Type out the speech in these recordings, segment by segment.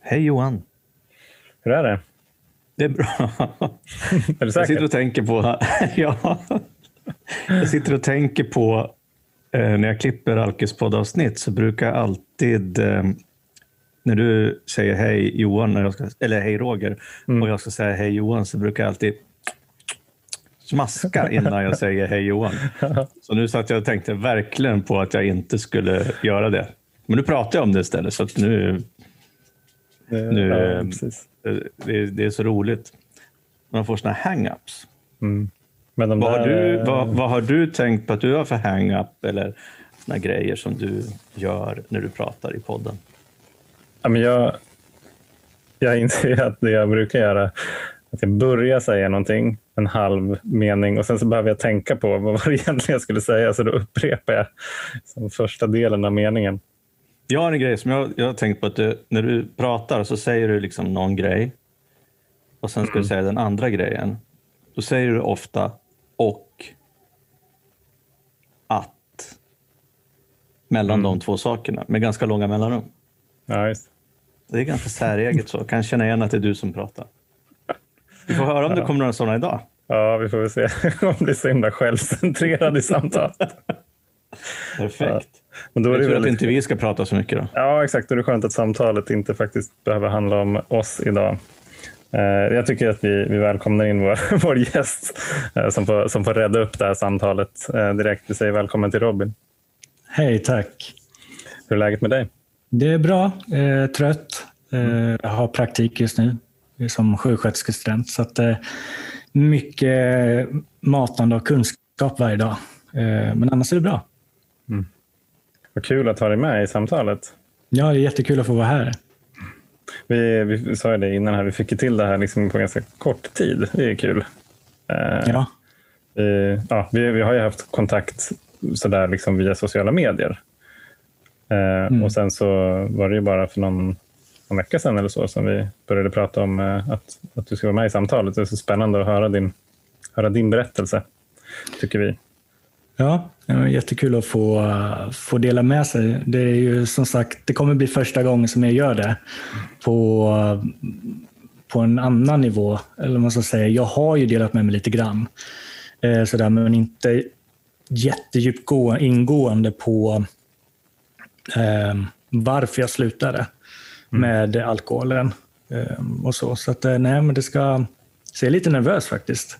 Hej Johan. Hur är det? Det är bra. Är du säker? Jag sitter och tänker på, ja, jag sitter och tänker på när jag klipper Alkes poddavsnitt så brukar jag alltid när du säger hej Johan när jag ska, eller hej Roger och jag ska säga hej Johan så brukar jag alltid smaska innan jag säger hej Johan. Så nu satt jag och tänkte verkligen på att jag inte skulle göra det. Men nu pratar jag om det istället så att nu det är så roligt. Man får såna hang-ups. Men vad har du tänkt på att du har för hang-up eller såna grejer som du gör när du pratar i podden? Ja, men jag inser att det jag brukar göra att jag börjar säga någonting, en halv mening och sen så behöver jag tänka på vad det egentligen jag skulle säga så då upprepar jag som första delen av meningen. Jag har en grej som jag har tänkt på att när du pratar så säger du liksom någon grej och sen ska du säga den andra grejen. Då säger du ofta och att mellan de två sakerna med ganska långa mellanrum. Ja, just. Det är ganska säreget så. Kan känna igen att det är du som pratar. Vi får höra om det kommer några sådana idag. Ja, vi får väl se om det är så himla självcentrerad i samtalet. Perfekt. Ja. Men då är det tror att inte vi ska prata så mycket då. Ja, exakt. Då är det skönt att samtalet inte faktiskt behöver handla om oss idag. Jag tycker att vi välkomnar in vår gäst som får rädda upp det här samtalet direkt. Vi säger välkommen till Robin. Hej, tack. Hur är läget med dig? Det är bra. Trött. Jag har praktik just nu som sjuksköterskestudent. Så att mycket matande och kunskap varje dag. Men annars är det bra. Vad kul att ha dig med i samtalet. Ja, det är jättekul att få vara här. Vi sa det innan här, vi fick till det här liksom på ganska kort tid. Det är kul. Ja. Vi har ju haft kontakt så där liksom via sociala medier. Och sen så var det ju bara för någon vecka sedan eller så som vi började prata om att du ska vara med i samtalet. Det är så spännande att höra din berättelse, tycker vi. Ja, det var jättekul att få dela med sig. Det är ju som sagt, det kommer bli första gången som jag gör det på en annan nivå. Eller man ska säga, jag har ju delat med mig lite grann. Sådär, men inte jättedjupt ingående på varför jag slutade med alkoholen och så. Så att nej, men det ska se lite nervös faktiskt.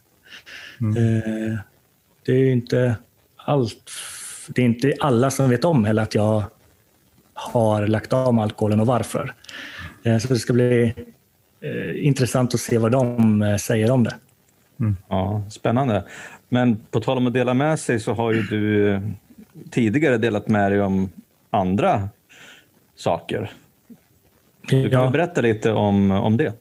Det är inte allt. Det är inte alla som vet om heller att jag har lagt av alkoholen och varför. Så det ska bli intressant att se vad de säger om det. Ja, spännande. Men på tal om att dela med sig så har ju du tidigare delat med dig om andra saker. Du kan berätta lite om det.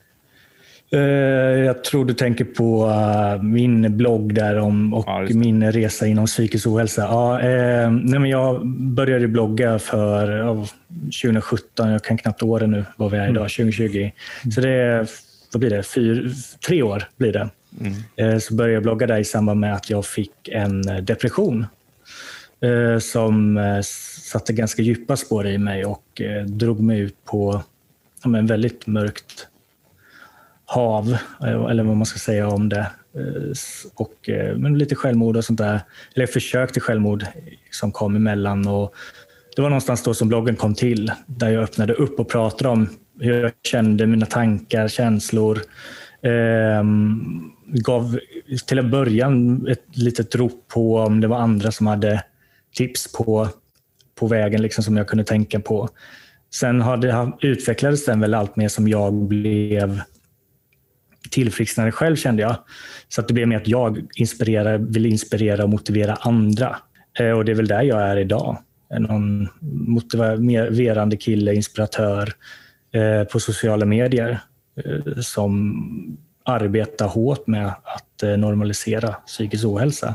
Jag tror du tänker på min blogg där och min resa inom psykisk ohälsa. Men jag började blogga för 2017, jag kan knappt åren nu vad vi är idag, 2020. Så det är, vad blir det, 3 år blir det. Så började jag blogga där i samband med att jag fick en depression som satte ganska djupa spår i mig och drog mig ut på en väldigt mörkt hav, eller vad man ska säga om det. Men lite självmord och sånt där. Eller försök till självmord som kom emellan. Och det var någonstans då som bloggen kom till. Där jag öppnade upp och pratade om hur jag kände, mina tankar, känslor. Gav till en början ett litet rop på om det var andra som hade tips på vägen liksom, som jag kunde tänka på. Sen utvecklades den väl allt mer som jag blev tillfrisknande själv, kände jag. Så att det blev mer att jag vill inspirera och motivera andra. Och det är väl där jag är idag. Någon motiverande kille, inspiratör på sociala medier som arbetar hårt med att normalisera psykisk ohälsa.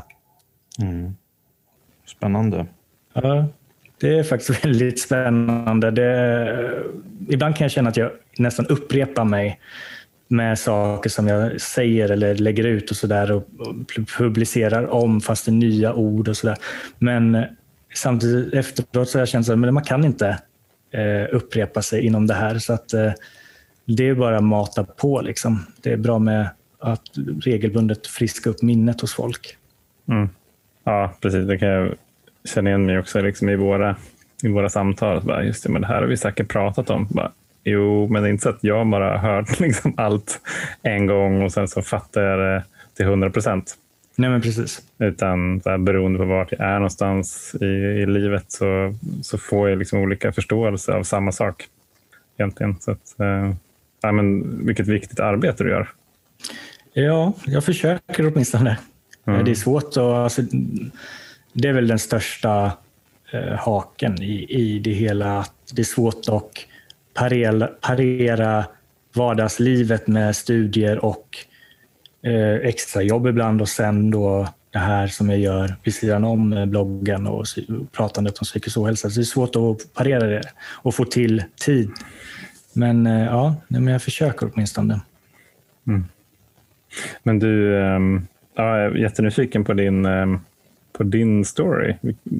Spännande. Ja, det är faktiskt väldigt spännande. Ibland kan jag känna att jag nästan upprepar mig med saker som jag säger eller lägger ut och sådär och publicerar om fast det är nya ord och sådär. Men samtidigt efteråt så har jag känt att man kan inte upprepa sig inom det här. Så att det är bara att mata på. Liksom. Det är bra med att regelbundet friska upp minnet hos folk. Mm. Ja, precis. Det kan jag känna igen mig också liksom i våra samtal. Bara, just det, men det här har vi säkert pratat om. Bara, jo, men det är inte så att jag bara har hört liksom allt en gång och sen så fattar jag det till 100%. Nej, men precis. Utan så här, beroende på vart jag är någonstans i livet så får jag liksom olika förståelse av samma sak. Egentligen. Så att, ja, men vilket viktigt arbete du gör. Ja, jag försöker åtminstone. Det är svårt att, alltså, det är väl den största haken i det hela. Att det är svårt att parera vardagslivet med studier och extra jobb ibland och sen då det här som jag gör vid sidan om bloggen och pratandet om psykisk ohälsa. Så det är svårt att parera det och få till tid. Men ja, men jag försöker åtminstone. Mm. Men du, jag är jättenyfiken på din story.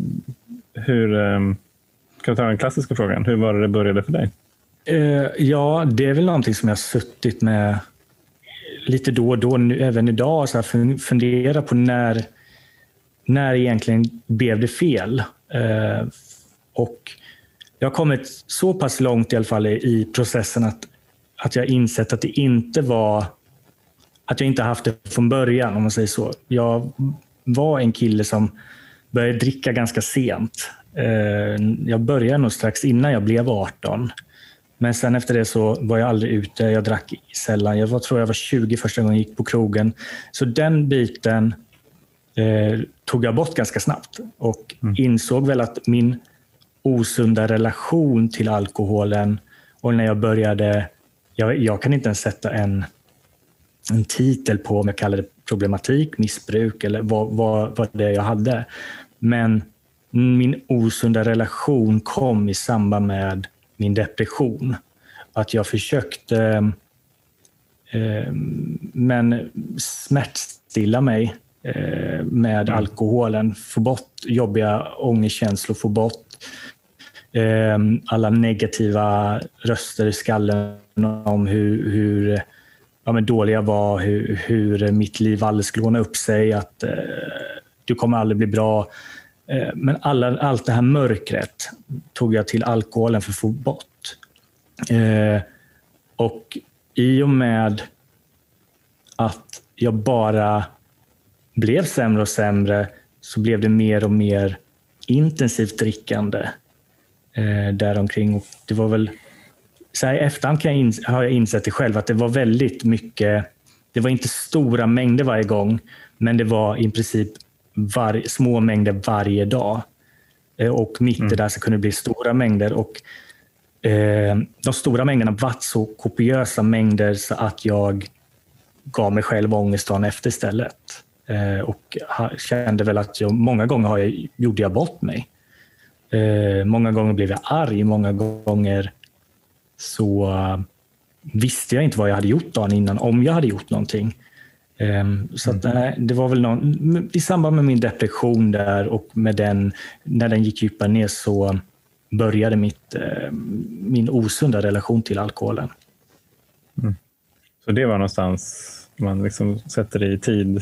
Kan du ta den klassiska frågan? Hur var det började för dig? Ja, det är väl någonting som jag har suttit med lite då och då, även idag. Så här, fundera på när egentligen blev det fel. Och jag har kommit så pass långt i alla fall i processen att jag insett att det inte var att jag inte haft det från början, om man säger så. Jag var en kille som började dricka ganska sent. Jag började nog strax innan jag blev 18. Men sen efter det så var jag aldrig ute. Jag drack sällan. Jag tror jag var 20 första gången jag gick på krogen. Så den biten tog jag bort ganska snabbt. Och insåg väl att min osunda relation till alkoholen och när jag började... Jag kan inte ens sätta en titel på om jag kallar det problematik, missbruk eller vad det jag hade. Men min osunda relation kom i samband med min depression. Att jag försökte men smärtstilla mig med alkoholen. Få bort jobbiga ångestkänslor, få bort alla negativa röster i skallen om hur dålig jag var, hur mitt liv aldrig skulle ordna upp sig, att du kommer aldrig bli bra. Men allt det här mörkret tog jag till alkoholen för att få bort. Och i och med att jag bara blev sämre och sämre så blev det mer och mer intensivt drickande däromkring. Och det var väl så här i efterhand har jag insett det själv att det var väldigt mycket. Det var inte stora mängder varje gång, men det var i princip små mängder varje dag. Och mitt i där så kunde det bli stora mängder. Och de stora mängderna var så kopiösa mängder så att jag gav mig själv ångest dagen efter istället. Och kände väl att många gånger gjorde jag bort mig. Många gånger blev jag arg, många gånger så visste jag inte vad jag hade gjort dagen innan, om jag hade gjort någonting. Så att, det var väl i samband med min depression där och med när den gick djupare ner så började min osunda relation till alkoholen. Så det var någonstans man liksom sätter det i tid?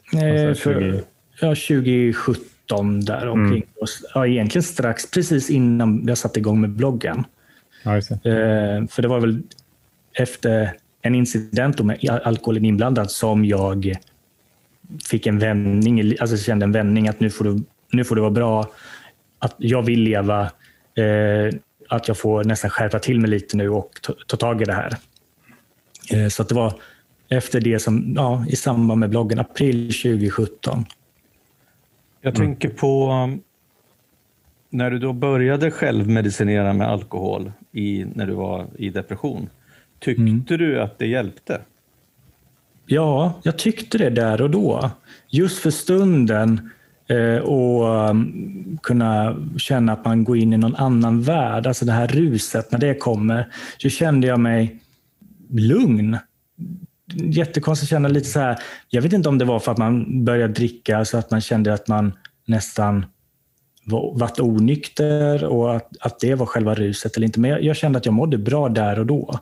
2017 där omkring. Ja, egentligen strax precis innan jag satte igång med bloggen. Ja, för det var väl efter en incident med alkoholen inblandad som jag fick en vändning, alltså kände en vändning att nu får det vara bra, att jag vill leva, att jag får nästan skärpa till mig lite nu och ta tag i det här. Så att det var efter det som, i samband med bloggen, april 2017. Jag tänker på när du då började självmedicinera med alkohol när du var i depression. Tyckte du att det hjälpte? Ja, jag tyckte det där och då. Just för stunden och kunna känna att man går in i någon annan värld. Alltså det här ruset, när det kommer, så kände jag mig lugn. Jättekonstigt att känna lite så här. Jag vet inte om det var för att man började dricka så att man kände att man nästan varit onykter och att det var själva ruset eller inte. Men jag kände att jag mådde bra där och då.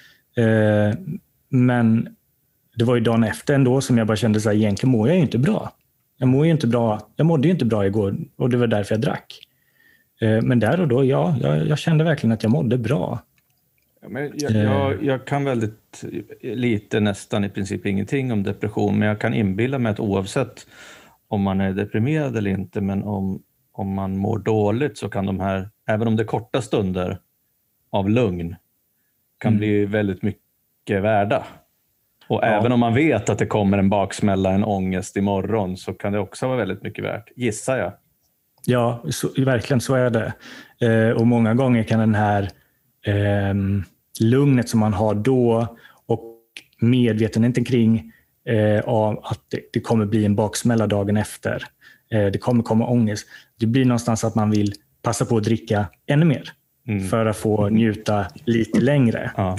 Men det var ju dagen efter ändå som jag bara kände så här, egentligen mår jag ju inte bra. Jag mådde ju inte bra igår och det var därför jag drack. Men där och då, jag kände verkligen att jag mådde bra. Ja, men jag kan väldigt lite, nästan i princip ingenting om depression, men jag kan inbilla mig att oavsett om man är deprimerad eller inte, men om man mår dåligt så kan de här, även om det är korta stunder av lugn, kan bli väldigt mycket värda. Och även om man vet att det kommer en baksmälla, en ångest imorgon, så kan det också vara väldigt mycket värt, gissar jag. Ja, verkligen så är det. Och många gånger kan den här lugnet som man har då och medvetenheten kring av att det kommer bli en baksmälla dagen efter. Det kommer komma ångest. Det blir någonstans att man vill passa på att dricka ännu mer för att få njuta lite längre. Ja.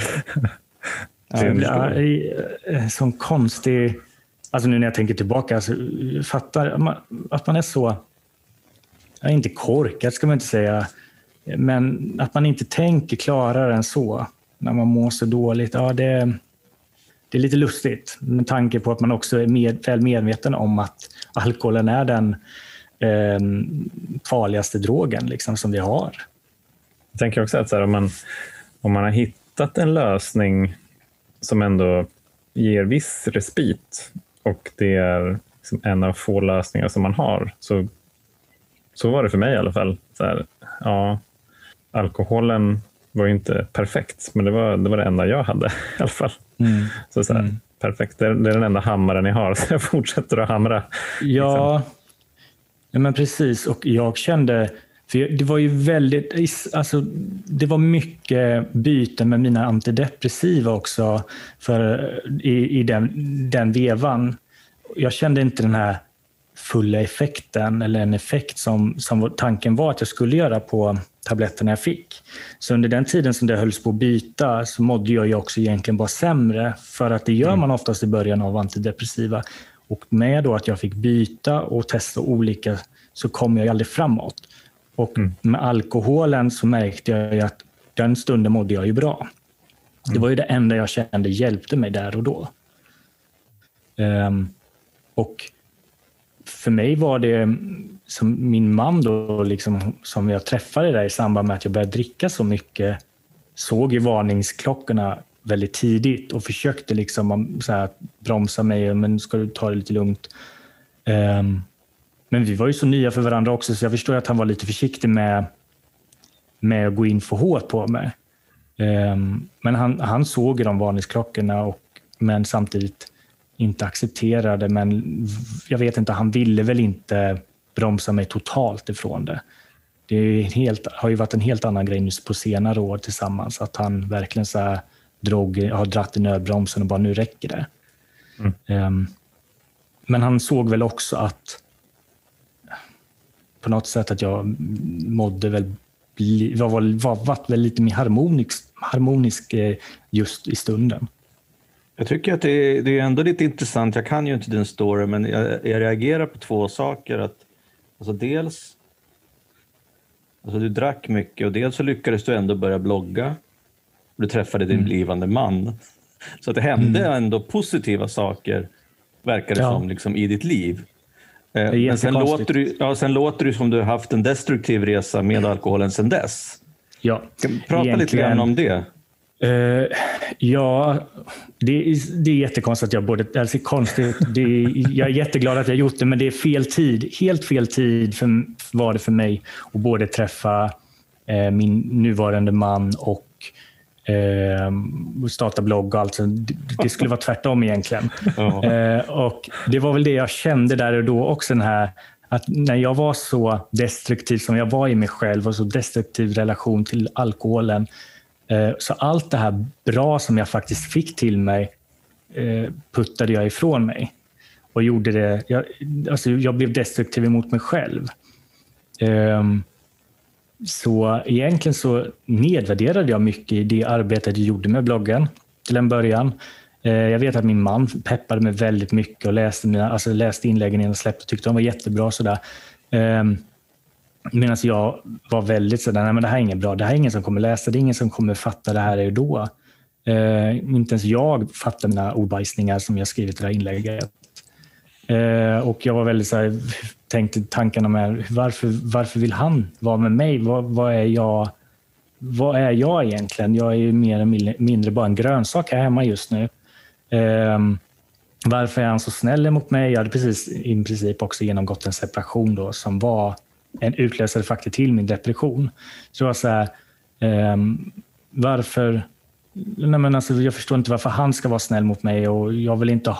Sån konstig... Alltså nu när jag tänker tillbaka så fattar att man är så... Inte korkat ska man inte säga, men att man inte tänker klarare än så när man mår så dåligt. Ja, det är lite lustigt med tanke på att man också är väl medveten om att alkoholen är den farligaste drogen liksom, som vi har. Jag tänker också att så här, om man har hittat en lösning som ändå ger viss respit och det är liksom en av få lösningar som man har, så var det för mig i alla fall. Så här, ja, alkoholen var ju inte perfekt, men det var det enda jag hade i alla fall. Så här, perfekt, det är den enda hammaren jag har, så jag fortsätter att hamra. Ja, liksom. Ja men precis. Och jag kände, för det var ju väldigt, alltså det var mycket byten med mina antidepressiva också för i den vevan. Jag kände inte den här fulla effekten eller en effekt som tanken var att jag skulle göra på tabletterna jag fick. Så under den tiden som det hölls på att byta så mådde jag ju också egentligen bara sämre, för att det gör man oftast i början av antidepressiva. Och med då att jag fick byta och testa olika så kom jag ju aldrig framåt. Och med alkoholen så märkte jag ju att den stunden mådde jag ju bra. Det var ju det enda jag kände hjälpte mig där och då. Och för mig var det som min man då, liksom, som jag träffade där i samband med att jag började dricka så mycket, såg ju varningsklockorna väldigt tidigt och försökte liksom så här bromsa mig, men ska du ta det lite lugnt. Men vi var ju så nya för varandra också, så jag förstår att han var lite försiktig med att gå in för hårt på mig. Men han såg de varningsklockorna men samtidigt inte accepterade, men jag vet inte, han ville väl inte bromsa mig totalt ifrån det. Det har ju varit en helt annan grej på senare år tillsammans, att han verkligen så här har dratt i nödbromsen och bara nu räcker det. Men han såg väl också att på något sätt att jag mådde väl var väl lite mer harmonisk just i stunden. Jag tycker att det är ändå lite intressant. Jag kan ju inte din story, men jag reagerar på två saker. Att, alltså dels, alltså du drack mycket och dels så lyckades du ändå börja blogga. Du träffade din blivande man. Så att det hände ändå positiva saker, verkar det som, liksom, i ditt liv. Men sen låter du som du har haft en destruktiv resa med alkoholen sedan dess. Ja, prata lite grann om det. Ja, det är jättekonstigt att jag jag är jätteglad att jag gjort det, men det är fel tid. Helt fel tid var det för mig att både träffa min nuvarande man och starta blogg och allt. Det skulle vara tvärtom egentligen. Och det var väl det jag kände där och då också, den här, att när jag var så destruktiv som jag var i mig själv och så destruktiv relation till alkoholen, så allt det här bra som jag faktiskt fick till mig puttade jag ifrån mig och gjorde det. Jag blev destruktiv emot mig själv. Så egentligen så nedvärderade jag mycket i det arbetet jag gjorde med bloggen till en början. Jag vet att min man peppade mig väldigt mycket och läste inläggen innan jag släppte och tyckte de var jättebra. Sådär. Medan jag var väldigt sådär, nej men det här är inget bra, det här är ingen som kommer läsa, det är ingen som kommer fatta det här är då. Inte ens jag fattar mina ordbajsningar som jag skrivit i det här inlägget. Och jag var väldigt så här, tänkte tankarna med varför vill han vara med mig? Vad är jag egentligen? Jag är ju mer eller mindre bara en grönsak här hemma just nu. Varför är han så snäll mot mig? Jag hade precis i princip också genomgått en separation då, som var en utlösare faktiskt till min depression. Så jag var så här, varför? Nej, men alltså, jag förstår inte varför han ska vara snäll mot mig, och jag vill inte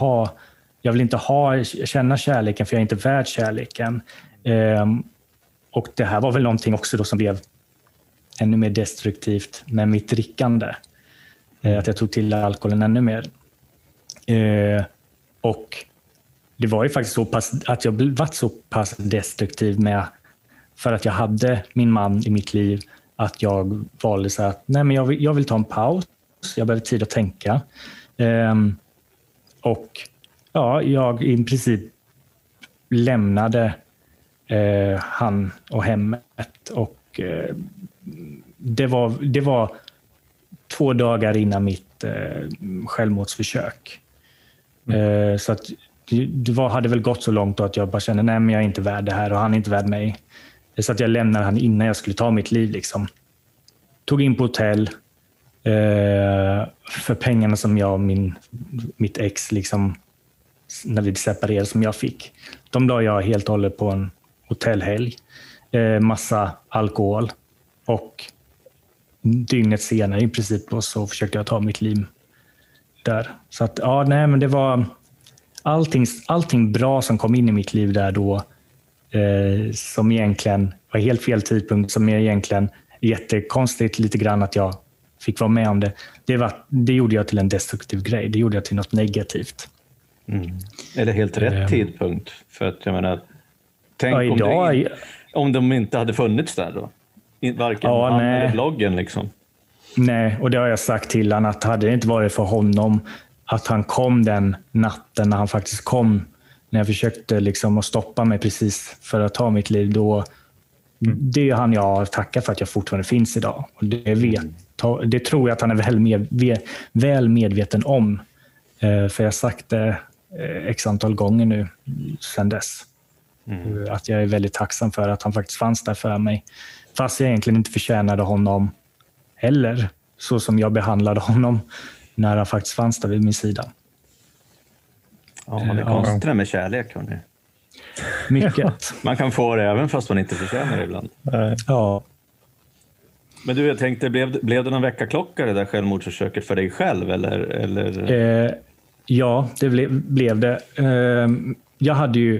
känna kärleken, för jag är inte värd kärleken. Och det här var väl någonting också då som blev ännu mer destruktivt med mitt drickande. Att jag tog till alkoholen ännu mer. Och det var ju faktiskt så pass att jag var så pass destruktiv med, för att jag hade min man i mitt liv, att jag valde så att nej, men jag vill ta en paus. Jag behöver tid att tänka. Och ja, jag i princip lämnade han och hemmet. Och det var 2 dagar innan mitt självmordsförsök. Så att hade väl gått så långt då att jag bara kände nej, men jag är inte värd det här och han är inte värd mig. Så att jag lämnade han innan jag skulle ta mitt liv. Liksom. Tog in på hotell för pengarna som jag och mitt ex, liksom, när vi separerade, som jag fick. De la jag helt och hållet på en hotellhelg. Massa alkohol. Och dygnet senare i princip så försökte jag ta mitt liv där. Så att ja, nej, men det var allting bra som kom in i mitt liv där då, som egentligen var helt fel tidpunkt, som är egentligen jättekonstigt lite grann att jag fick vara med om det. Det gjorde jag till en destruktiv grej. Det gjorde jag till något negativt. Eller helt rätt tidpunkt. För att jag menar, tänk om de inte hade funnits där då. Varken han eller bloggen liksom. Nej, och det har jag sagt till honom, att hade det inte varit för honom att han kom den natten när han faktiskt kom, när jag försökte liksom att stoppa mig precis för att ta mitt liv, då det är han jag tackar för att jag fortfarande finns idag. Och det tror jag att han är väl medveten om. För jag har sagt det x antal gånger nu sedan dess. Att jag är väldigt tacksam för att han faktiskt fanns där för mig. Fast jag egentligen inte förtjänade honom heller, så som jag behandlade honom när han faktiskt fanns där vid min sida. Ja, det är konstigt det med kärlek. Hörni. Mycket. Man kan få det även fast man inte förtjänar det ibland. Ja. Men du, jag tänkte, blev det någon väckarklocka det där självmordsförsöket för dig själv? Eller? Ja, det blev det. Jag hade ju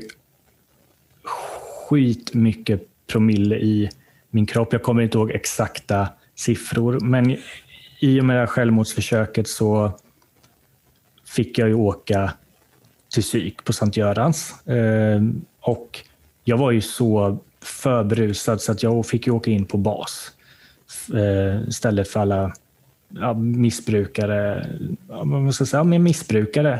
skitmycket promille i min kropp. Jag kommer inte ihåg exakta siffror, men i och med det här självmordsförsöket så fick jag ju åka till psyk på Sankt Görans. Och jag var ju så förbrusad så att jag fick ju åka in på bas. Istället för alla missbrukare. Man måste säga, men missbrukare.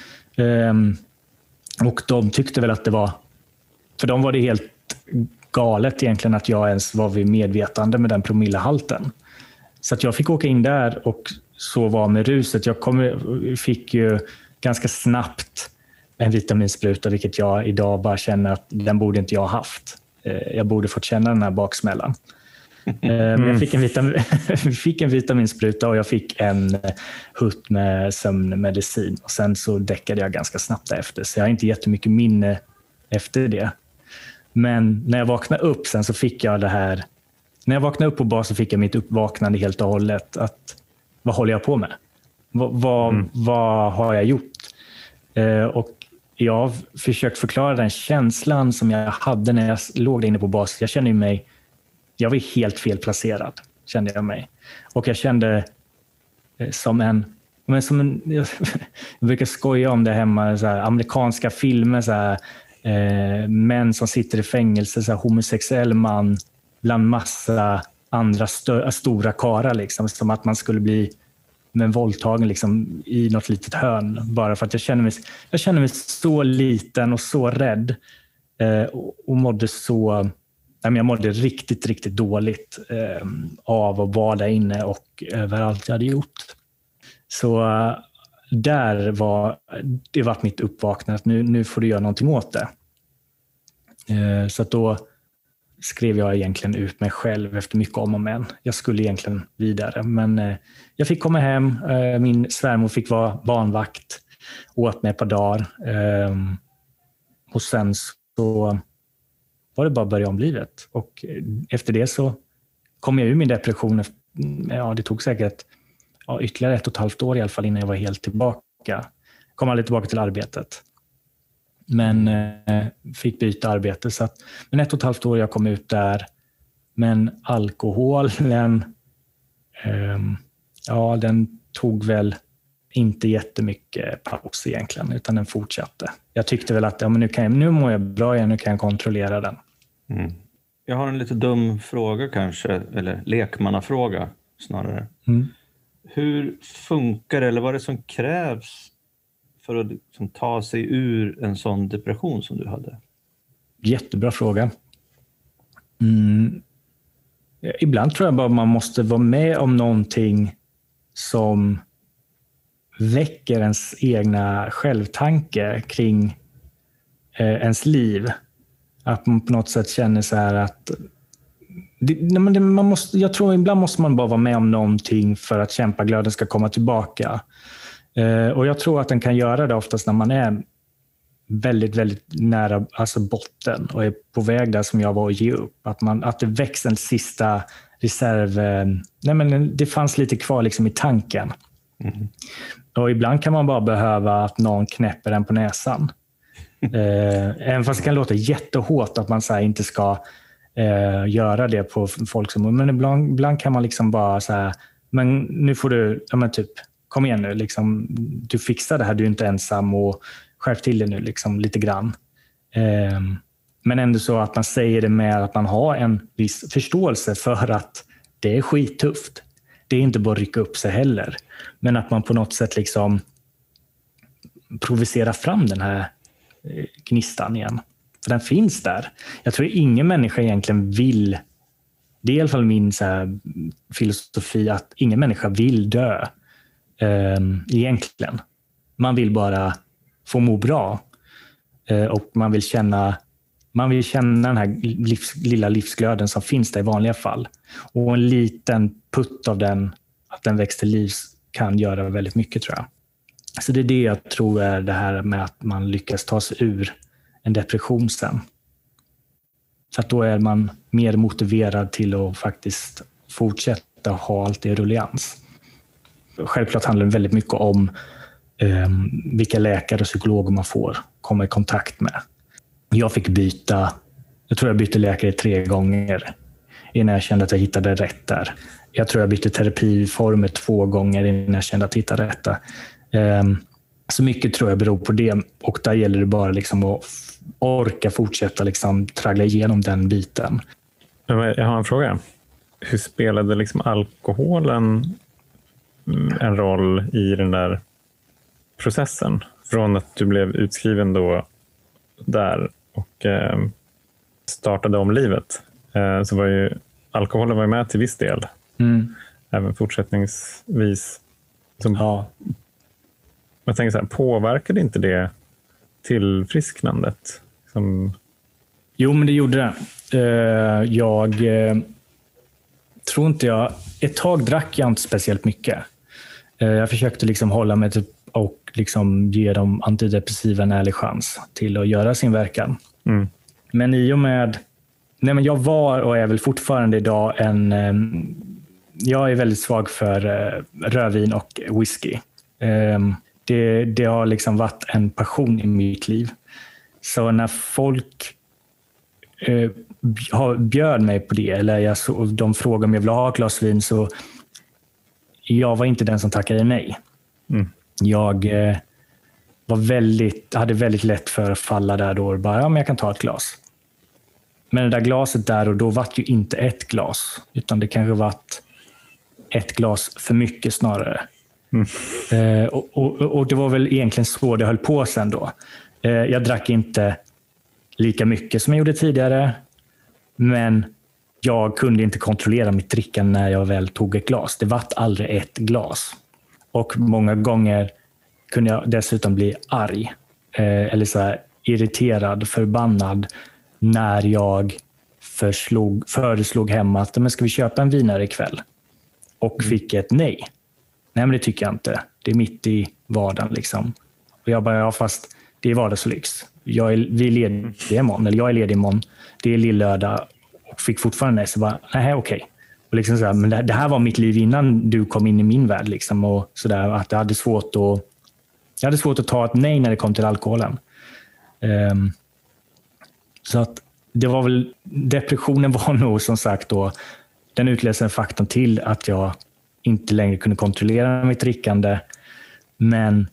Och de tyckte väl att det var... För dem var det helt galet egentligen att jag ens var vid medvetande med den promillehalten. Så att jag fick åka in där och så var med ruset. Jag fick ju ganska snabbt en vitaminspruta, vilket jag idag bara känner att den borde inte jag ha haft. Jag borde fått känna den här baksmällan. Men jag fick en vitaminspruta och jag fick en hutt med sömnmedicin. Och sen så däckade jag ganska snabbt efter. Så jag har inte jättemycket minne efter det. Men när jag vaknade upp sen så fick jag det här. När jag vaknade upp på bas så fick jag mitt uppvaknande helt och hållet. Att, vad håller jag på med? Vad har jag gjort? Och jag har försökt förklara den känslan som jag hade när jag låg där inne på bas. Jag var helt felplacerad, kände jag mig. Och jag kände som en jag brukar skoja om det hemma, så här, amerikanska filmer, så här, män som sitter i fängelse, så här, homosexuell man bland massa andra stora karar, liksom, som att man skulle bli med våldtagen liksom, i något litet hörn, bara för att jag känner mig så liten och så rädd och mådde så jag mådde riktigt, riktigt dåligt av att vara där inne och över allt jag hade gjort. Så det var mitt uppvaknande, att nu får du göra någonting åt det. Så att då skrev jag egentligen ut mig själv efter mycket om och men. Jag skulle egentligen vidare, men jag fick komma hem. Min svärmor fick vara barnvakt, åt mig ett par dagar. Och sen så var det bara att börja om livet. Och efter det så kom jag ur min depression. Det tog säkert ytterligare 1,5 år i alla fall innan jag var helt tillbaka. Kom aldrig tillbaka till arbetet. Men fick byta arbete. Men 1,5 år jag kom ut där. Men alkoholen, den tog väl inte jättemycket paus egentligen, utan den fortsatte. Jag tyckte väl att nu mår jag bra igen, nu kan jag kontrollera den. Mm. Jag har en lite dum fråga kanske, eller lekmannafråga snarare. Mm. Hur funkar det, eller vad är det som krävs för att liksom ta sig ur en sån depression som du hade? Jättebra fråga. Ibland tror jag bara man måste vara med om någonting som väcker ens egna självtanke kring ens liv. Att man på något sätt känner så här att jag tror ibland måste man bara vara med om någonting för att kämpaglöden ska komma tillbaka. Och jag tror att den kan göra det oftast när man är väldigt, väldigt nära botten och är på väg där som jag var att ge upp. Att det väcks en sista reserv. Det fanns lite kvar liksom i tanken. Mm. Och ibland kan man bara behöva att någon knäpper en på näsan. Även fast det kan låta jättehårt att man inte ska göra det på folk som... Men ibland kan man liksom bara säga, men nu får du... kom igen nu, liksom, du fixar det här, du är inte ensam och skärp till det nu liksom, lite grann. Men ändå så att man säger det med att man har en viss förståelse för att det är skittufft. Det är inte bara att rycka upp sig heller. Men att man på något sätt liksom provocerar fram den här gnistan igen. För den finns där. Jag tror ingen människa egentligen vill... Det är i alla fall min filosofi att ingen människa vill dö. Egentligen. Man vill bara få må bra. Och man vill känna den här lilla livsglöden som finns där i vanliga fall. Och en liten putt av den, att den växer till liv, kan göra väldigt mycket, tror jag. Så det är det jag tror är det här med att man lyckas ta sig ur en depression sen. Så att då är man mer motiverad till att faktiskt fortsätta ha allt i rullians. Självklart handlar det väldigt mycket om vilka läkare och psykologer man får komma i kontakt med. Jag tror jag bytte läkare 3 gånger innan jag kände att jag hittade rätt där. Jag tror jag bytte terapiformer 2 gånger innan jag kände att jag hittade rätt där. Så mycket tror jag beror på det, och där gäller det bara liksom att orka fortsätta liksom traggla igenom den biten. Jag har en fråga. Hur spelade liksom alkoholen en roll i den där processen? Från att du blev utskriven då där och startade om livet, så var ju alkoholen var med till viss del. Även fortsättningsvis. Ja. Jag tänker så här, påverkade inte det tillfrisknandet? Jo, men det gjorde det. Jag tror inte ett tag drack jag inte speciellt mycket. Jag försökte liksom hålla mig och liksom ge de antidepressiva en ärlig chans till att göra sin verkan. Men i och med... jag var och är väl fortfarande idag jag är väldigt svag för rödvin och whisky. Det har liksom varit en passion i mitt liv. Så när folk bjöd mig på det, eller de frågade om jag ville ha ett glas vin, så jag var inte den som tackade nej. Jag hade väldigt lätt för att falla där då och bara, men jag kan ta ett glas. Men det där glaset där och då var ju inte ett glas, utan det kanske var ett glas för mycket snarare. Och det var väl egentligen så det höll på sen då. Jag drack inte lika mycket som jag gjorde tidigare. Men jag kunde inte kontrollera mitt drickande när jag väl tog ett glas. Det var aldrig ett glas. Och många gånger kunde jag dessutom bli arg. Eller så här irriterad, förbannad. När jag föreslog hemma att men ska vi köpa en vinare ikväll? Och fick ett nej. Nej, men det tycker jag inte. Det är mitt i vardagen. Liksom. Och jag bara, ja, fast det är vardagslyx. Jag är ledig imorgon. Det är lillördag. Och fick fortfarande nej. Så bara, nej, okej. Och liksom så här, men det här var mitt liv innan du kom in i min värld. Liksom, och så där, att jag hade svårt att ta ett nej när det kom till alkoholen. Så att det var väl, depressionen var nog som sagt då den utlösande faktorn till att jag inte längre kunde kontrollera mitt drickande. Men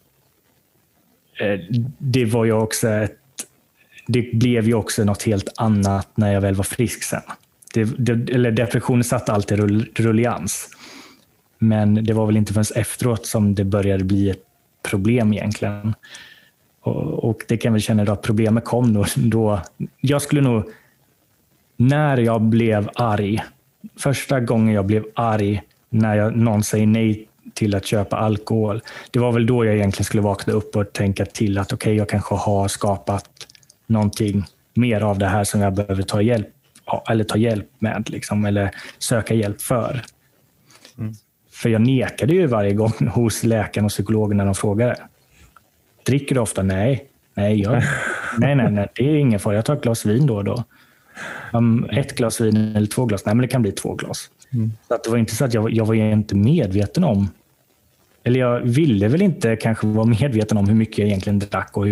det var ju också det blev ju också något helt annat när jag väl var frisk sen. Eller depressionen satt alltid rullians. Men det var väl inte förrän efteråt som det började bli ett problem egentligen. Och det kan väl känna då att problemet kom då. Jag skulle nog, när jag blev arg, första gången jag blev arg när någon säger nej till att köpa alkohol, det var väl då jag egentligen skulle vakna upp och tänka till att okej, jag kanske har skapat någonting mer av det här som jag behöver ta hjälp med liksom, eller söka hjälp för. För jag nekade ju varje gång hos läkaren och psykologen när de frågade. Dricker du ofta? Nej, nej, det är ingen fara. Jag tar ett glas vin då och då. Ett glas vin eller 2 glas? Nej, men det kan bli 2 glas. Så att det var inte så att jag var inte medveten om, eller jag ville väl inte kanske vara medveten om hur mycket jag egentligen drack och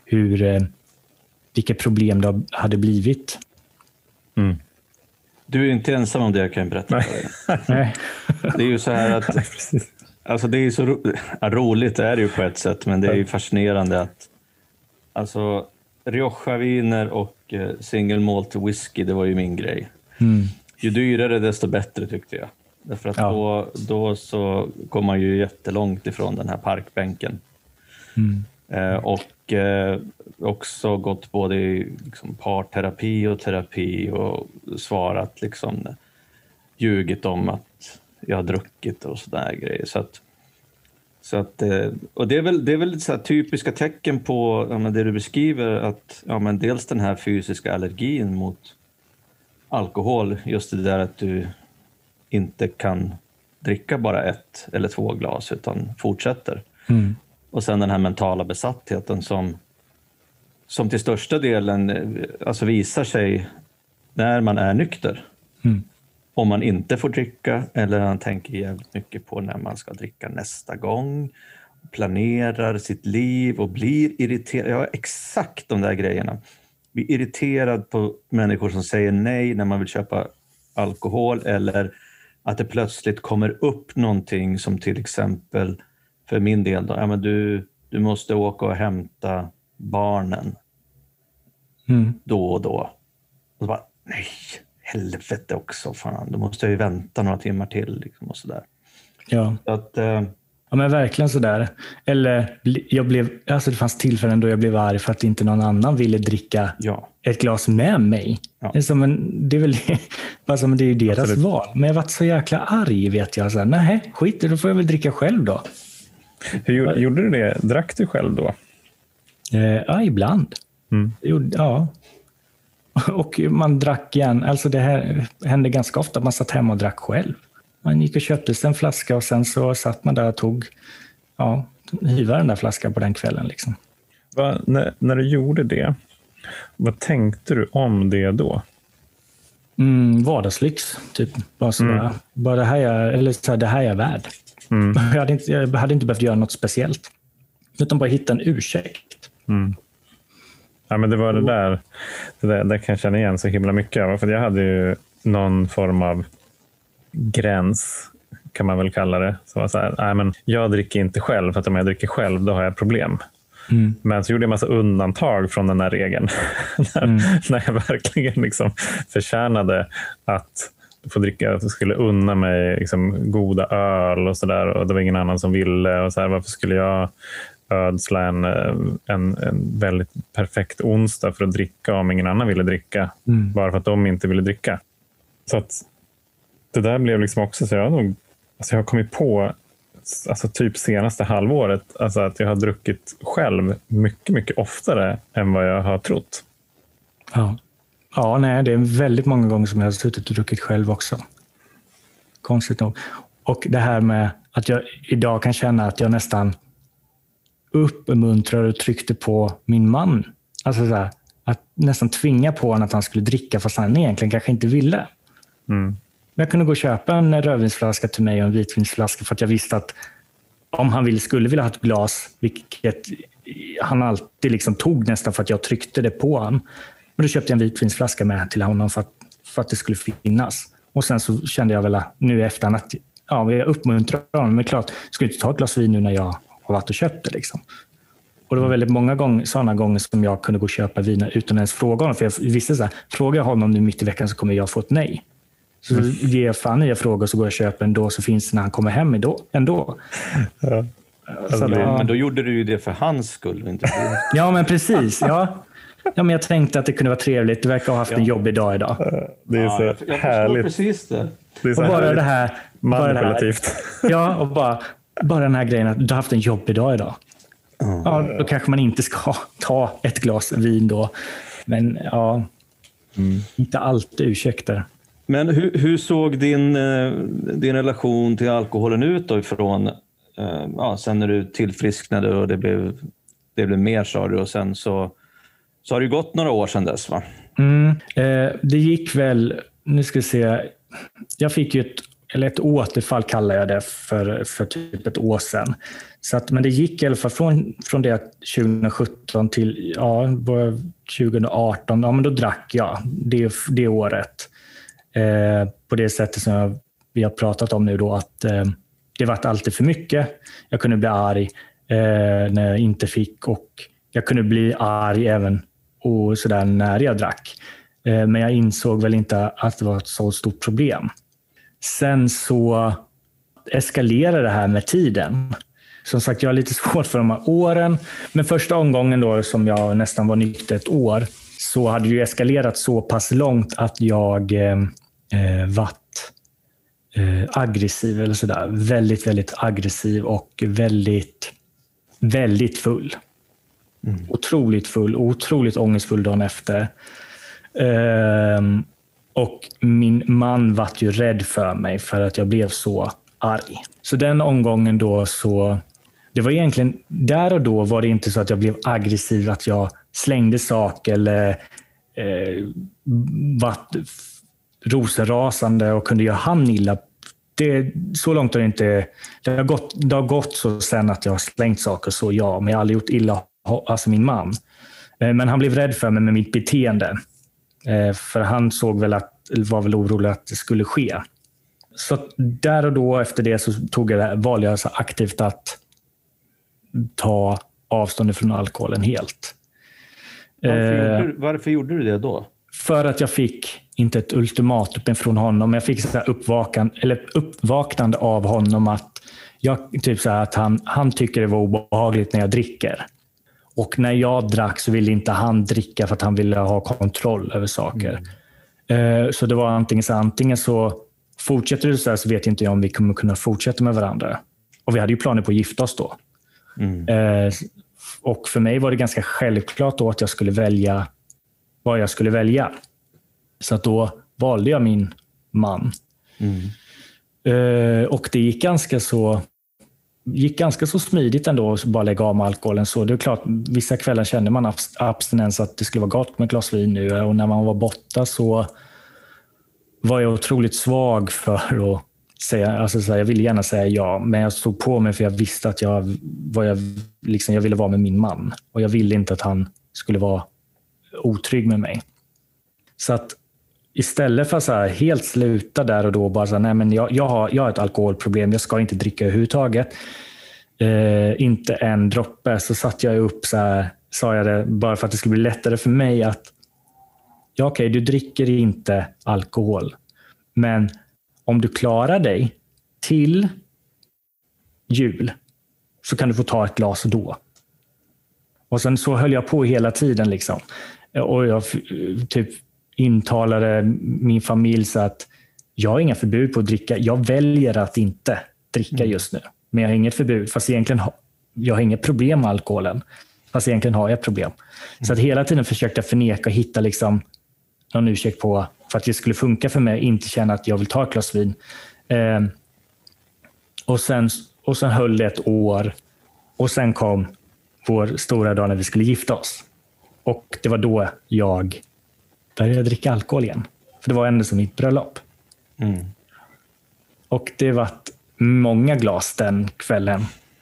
vilka problem det hade blivit. Du är inte ensam om det, jag kan berätta för dig. Nej. Det är ju så här att alltså det är så roligt är det ju på ett sätt, men det är ju fascinerande att alltså Rioja-viner och single malt whisky, det var ju min grej. Ju dyrare desto bättre tyckte jag. Därför att då så kom man ju jättelångt ifrån den här parkbänken. Och också gått både i liksom parterapi och terapi och svarat liksom ljugit om att jag har druckit och sådär grejer. Så att, och det är väl så här typiska tecken på det du beskriver, att dels den här fysiska allergin mot alkohol, just det där att du inte kan dricka bara 1 eller 2 glas utan fortsätter. Och sen den här mentala besattheten som till största delen alltså visar sig när man är nykter. Om man inte får dricka, eller han tänker jävligt mycket på när man ska dricka nästa gång, planerar sitt liv och blir irriterad. Ja, exakt de där grejerna. Blir irriterad på människor som säger nej när man vill köpa alkohol, eller att det plötsligt kommer upp någonting som till exempel för min del då, men du måste åka och hämta barnen då och då. Och så bara, nej, helvete också, fan, då måste jag ju vänta några timmar till liksom, och sådär. Ja. Så att, ja, men verkligen sådär. Eller det fanns tillfällen då jag blev arg för att inte någon annan ville dricka ett glas med mig. Ja. Det är väl det är ju deras val. Men jag var så jäkla arg, vet jag. Så nej, skit, då får jag väl dricka själv då. Hur gjorde du det? Drack du själv då? Ja, ibland. Ja. Och man drack igen. Alltså det här hände ganska ofta att man satt hemma och drack själv. Man gick och köpte sig en flaska och sen så satt man där och tog hyva den där flaskan på den kvällen. Liksom. När du gjorde det, vad tänkte du om det då? Vardagslyx. Typ. Bara det här är jag värd. Jag hade inte behövt göra något speciellt. Utan bara hitta en ursäkt. Ja, men det var det där kan jag känna igen så himla mycket. För jag hade ju någon form av gräns, kan man väl kalla det. Så var så här, nej, men jag dricker inte själv, för att om jag dricker själv då har jag problem. Men så gjorde jag en massa undantag från den här regeln. när jag verkligen liksom förtjänade att få dricka, att jag skulle unna mig liksom goda öl och sådär, och det var ingen annan som ville, och så här, varför skulle jag ödsla en väldigt perfekt onsdag för att dricka om ingen annan ville dricka. Bara för att de inte ville dricka. Så att det där blev liksom också så jag har kommit på alltså typ senaste halvåret alltså att jag har druckit själv mycket, mycket oftare än vad jag har trott. Ja, nej, det är väldigt många gånger som jag har suttit och druckit själv också. Konstigt nog. Och det här med att jag idag kan känna att jag nästan uppmuntrar och tryckte på min man. Alltså så här, att nästan tvinga på honom att han skulle dricka fast han egentligen kanske inte ville. Jag kunde gå och köpa en rödvinsflaska till mig och en vitvinsflaska för att jag visste att om han skulle vilja ha ett glas, vilket han alltid liksom tog nästan för att jag tryckte det på honom. Men då köpte jag en vitvinsflaska med till honom för att det skulle finnas. Och sen så kände jag väl nu efter att jag uppmuntrar honom. Men klart, jag skulle inte ta ett glas vin nu när jag har varit och köpt det. Liksom. Och det var väldigt många sådana gånger som jag kunde gå och köpa vin utan ens fråga honom. För jag visste så här, frågar jag honom nu mitt i veckan så kommer jag få ett nej. Så ger jag fan i jag frågar så går jag och köper ändå så finns det när han kommer hem ändå. Ja. Alltså, men då gjorde du ju det för hans skull. Inte för ja, men precis. Ja, men jag tänkte att det kunde vara trevligt. Du verkar ha haft en jobbig dag idag. Det är så jag härligt. Precis det. Det är så och bara härligt. det här. Manipulativt. Ja, och bara den här grejen att du har haft en jobbig dag idag. Ja, då kanske man inte ska ta ett glas vin då. Men ja, inte alltid ursäkter. Men hur såg din relation till alkoholen ut då ifrån sen när du tillfrisknade och det blev mer sa du och sen så har det gått några år sedan dess va? Det gick väl, nu ska vi se, jag fick ju ett återfall kallar jag det för typ ett år sedan. Så att, men det gick i alla fall från det 2017 till 2018, men då drack jag det året. På det sättet som vi har pratat om nu då att det var alltid för mycket. Jag kunde bli arg när jag inte fick och jag kunde bli arg även och så där när jag drack. Men jag insåg väl inte att det var ett så stort problem. Sen så eskalerade det här med tiden. Som sagt, jag har lite svårt för de här åren. Men första omgången då som jag nästan var nykter ett år så hade det ju eskalerat så pass långt att jag varit aggressiv eller sådär. Väldigt, väldigt aggressiv och väldigt, väldigt full. Otroligt full, otroligt ångestfull dagen efter. Och min man var ju rädd för mig för att jag blev så arg. Så den omgången då så... Det var egentligen, där och då var det inte så att jag blev aggressiv, att jag slängde saker eller varit rosenrasande och kunde göra han illa. Så långt har det inte... Det har gått så sen att jag har slängt saker så men jag har aldrig gjort illa alltså min man. Men han blev rädd för mig med mitt beteende. För han såg väl var väl orolig att det skulle ske. Så där och då efter det så valde jag så aktivt att ta avstånd från alkoholen helt. Varför gjorde du det då? För att jag fick inte ett ultimatum från honom. Jag fick så här uppvaknande av honom att typ så här att han tycker det var obehagligt när jag dricker. Och när jag drack så ville inte han dricka för att han ville ha kontroll över saker. Så det var antingen så fortsätter du så här så vet inte jag om vi kommer kunna fortsätta med varandra. Och vi hade ju planer på att gifta oss då. Och för mig var det ganska självklart då att jag skulle välja vad jag skulle välja. Så att då valde jag min man. Och det gick ganska så smidigt ändå att bara lägga av med alkoholen. Så det är klart, vissa kvällar kände man abstinens att det skulle vara gott med ett glas vin nu. Och när man var borta så var jag otroligt svag för att säga, alltså så här, jag ville gärna säga ja, men jag stod på mig för jag visste att jag ville vara med min man. Och jag ville inte att han skulle vara otrygg med mig. Så att istället för att så här, helt sluta där och då bara så här, nej men jag har ett alkoholproblem, jag ska inte dricka överhuvudtaget. Inte en droppe. Så satt jag upp så här, sa jag det bara för att det skulle bli lättare för mig att okej, du dricker inte alkohol. Men om du klarar dig till jul så kan du få ta ett glas då. Och sen så höll jag på hela tiden. Liksom. Och jag typ intalade min familj så att jag har inga förbud på att dricka. Jag väljer att inte dricka just nu. Men jag har inget förbud, fast egentligen jag har inget problem med alkoholen. Fast egentligen har jag ett problem. Så att hela tiden försökte jag förneka och hitta liksom någon ursäkt på för att det skulle funka för mig, inte känna att jag vill ta ett glas vin. Och sen höll det ett år. Och sen kom vår stora dag när vi skulle gifta oss. Och det var då jag började dricka alkohol igen. För det var ändå som mitt bröllop. Och det var många glas den kvällen.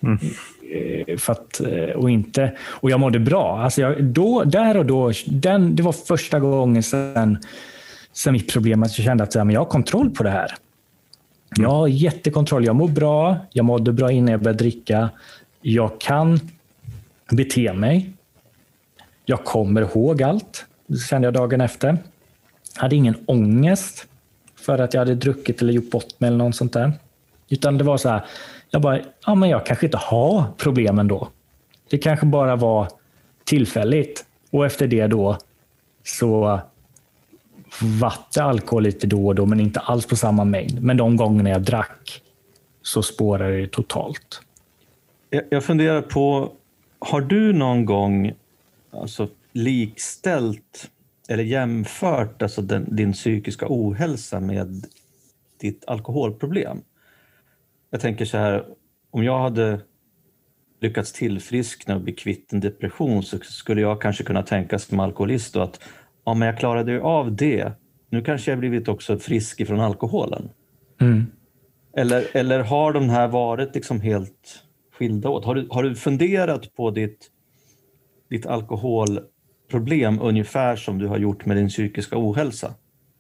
Och jag mådde bra. Alltså det var första gången sen mitt problem att jag kände att jag har kontroll på det här. Jag har jättekontroll. Jag mår bra. Jag mådde bra innan jag började dricka. Jag kan bete mig. Jag kommer ihåg allt. Det kände jag dagen efter. Jag hade ingen ångest för att jag hade druckit eller gjort bort mig eller något sånt där. Utan det var så här, jag kanske inte har problemen då. Det kanske bara var tillfälligt. Och efter det då så vatt alkohol lite då och då, men inte alls på samma mängd. Men de gångerna jag drack så spårade det totalt. Jag funderar på, har du någon gång likställt eller jämfört din psykiska ohälsa med ditt alkoholproblem? Jag tänker så här, om jag hade lyckats tillfriskna och bli kvitt en depression så skulle jag kanske kunna tänka som alkoholist då att men jag klarade ju av det. Nu kanske jag blivit också frisk ifrån alkoholen. Eller har de här varit liksom helt skilda åt? Har du funderat på ditt alkoholproblem ungefär som du har gjort med din psykiska ohälsa?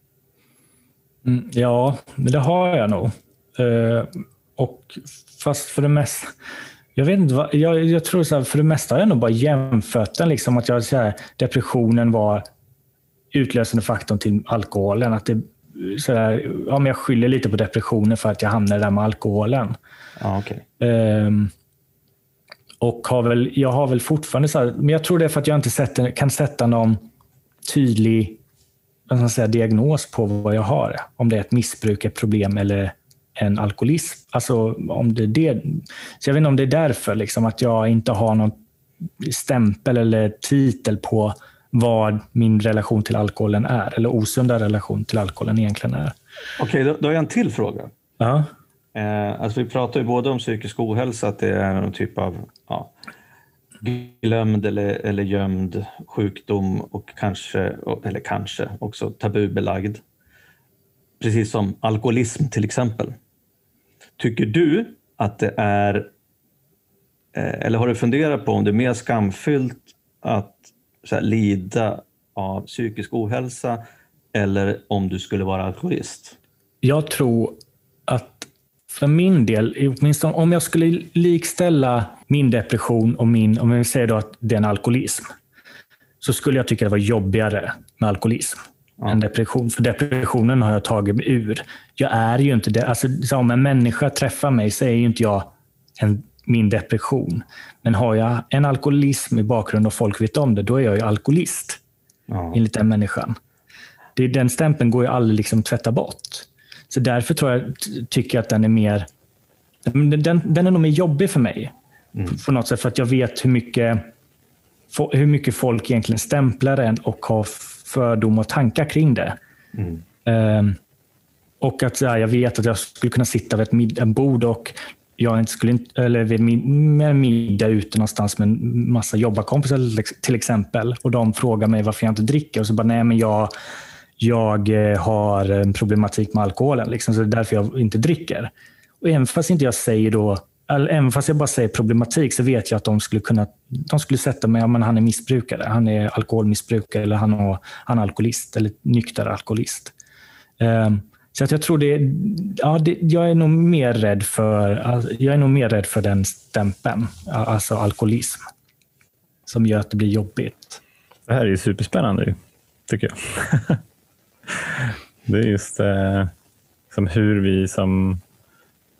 Ja, det har jag nog. Och fast för det mesta, jag vet inte vad, jag tror så här, för det mesta har jag nog bara jämfört den liksom, att jag så här, depressionen var utlösande faktorn till alkoholen, att det så här, men jag skyller lite på depressionen för att jag hamnade där med alkoholen. Okay. Och jag har väl fortfarande så här, men jag tror det är för att jag inte kan sätta någon tydlig diagnos på vad jag har, om det är ett missbruk, ett problem eller en alkoholism. Alltså om det är det. Så jag vet inte om det är därför liksom, att jag inte har någon stämpel eller titel på vad min relation till alkoholen är, eller osunda relation till alkoholen egentligen är. Okej, då har jag en till fråga. Ja. Vi pratar ju både om psykisk ohälsa, att det är någon typ av glömd eller gömd sjukdom och kanske också tabubelagd. Precis som alkoholism till exempel. Tycker du att det är, eller har du funderat på om det är mer skamfyllt att lida av psykisk ohälsa eller om du skulle vara alkoholist? Jag tror att för min del, åtminstone om jag skulle likställa min depression och om jag säger då att det är en alkoholism, så skulle jag tycka det var jobbigare med alkoholism än depression. För depressionen har jag tagit mig ur. Jag är ju inte det. Alltså, om en människa träffar mig så är ju inte jag min depression. Men har jag en alkoholism i bakgrund och folk vet om det, då är jag ju alkoholist. Enligt den människan. Den stämpeln går ju aldrig liksom tvätta bort. Så därför tycker jag att den är mer... Den är nog mer jobbig för mig. På något sätt, för att jag vet hur mycket folk egentligen stämplar en och har fördom och tankar kring det. Och att jag vet att jag skulle kunna sitta vid ett bord och jag inte skulle, eller vid en middag ute någonstans med en massa jobbarkompisar till exempel, och de frågar mig varför jag inte dricker, och så bara nej, men jag har en problematik med alkoholen liksom, så det är därför jag inte dricker. Och även fast inte jag säger då, även fast jag bara säger problematik, så vet jag att de skulle sätta mig, men han är missbrukare, han är alkoholmissbrukare, eller han är alkoholist eller nykter alkoholist. Så att jag tror jag är nog mer rädd för den stämpeln, alltså alkoholism, som gör att det blir jobbigt. Det här är ju superspännande, tycker jag. Det är just som hur vi som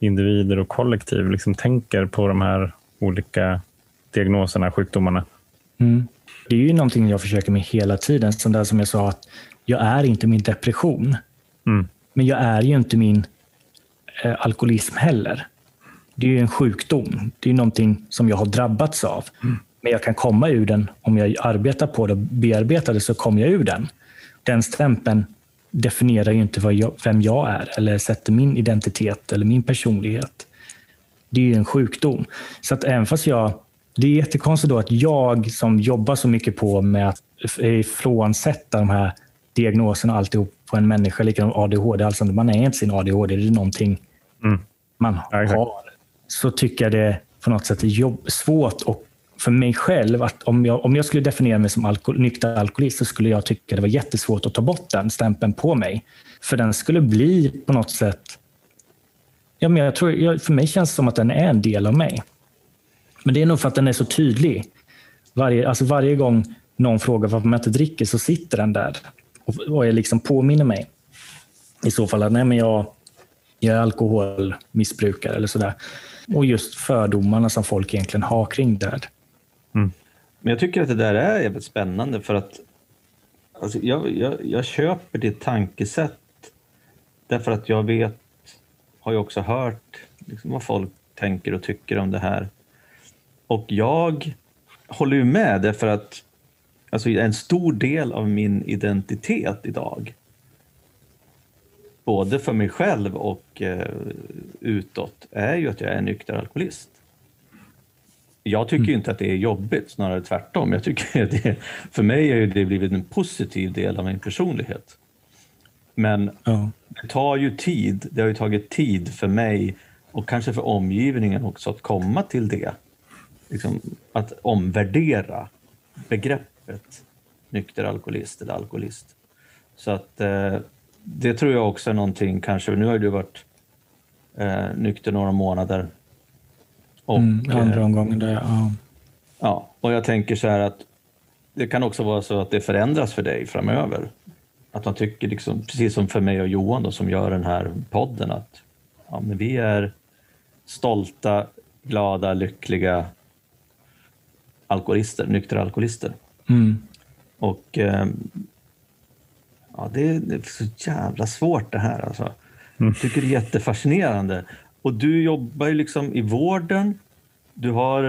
individer och kollektiv liksom tänker på de här olika diagnoserna, sjukdomarna. Det är ju någonting jag försöker med hela tiden. Som jag sa, att jag är inte min depression. Men jag är ju inte min alkoholism heller. Det är ju en sjukdom. Det är någonting som jag har drabbats av. Men jag kan komma ur den. Om jag arbetar på det och bearbetar det, så kommer jag ur den. Den stämpeln definierar ju inte vem jag är eller sätter min identitet eller min personlighet. Det är ju en sjukdom. Så att även fast det är jättekonstigt då att jag som jobbar så mycket på med att ifrånsätta de här diagnoserna alltihop på en människa, likadant ADHD, alltså man är inte sin ADHD, det är någonting man har. Så tycker jag det på något sätt är svårt, och för mig själv, att om jag skulle definiera mig som nykter alkoholist, så skulle jag tycka det var jättesvårt att ta bort den stämpeln på mig. För den skulle bli på något sätt, men jag tror, för mig känns det som att den är en del av mig. Men det är nog för att den är så tydlig. Varje gång någon frågar varför man inte dricker, så sitter den där och jag liksom påminner mig. I så fall att jag är alkoholmissbrukare eller sådär. Och just fördomarna som folk egentligen har kring det. Men jag tycker att det där är jävligt spännande, för att alltså, jag köper ditt tankesätt, därför att jag har ju också hört liksom vad folk tänker och tycker om det här. Och jag håller ju med, därför att alltså, en stor del av min identitet idag, både för mig själv och utåt, är ju att jag är nykter alkoholist. Jag tycker ju inte att det är jobbigt, snarare tvärtom. Jag tycker att för mig har det blivit en positiv del av min personlighet. Men det tar ju tid. Det har ju tagit tid för mig och kanske för omgivningen också att komma till det. Liksom, att omvärdera begreppet nykter alkoholist eller alkoholist. Så att det tror jag också är någonting, kanske, nu har du varit nykter några månader. Och, andra omgången där, ja, och jag tänker så här att det kan också vara så att det förändras för dig framöver. Att man tycker, liksom, precis som för mig och Johan då, som gör den här podden, att men vi är stolta, glada, lyckliga alkoholister, nyktra alkoholister. Och det är så jävla svårt det här alltså. Jag tycker det är jättefascinerande. Och du jobbar ju liksom i vården. Du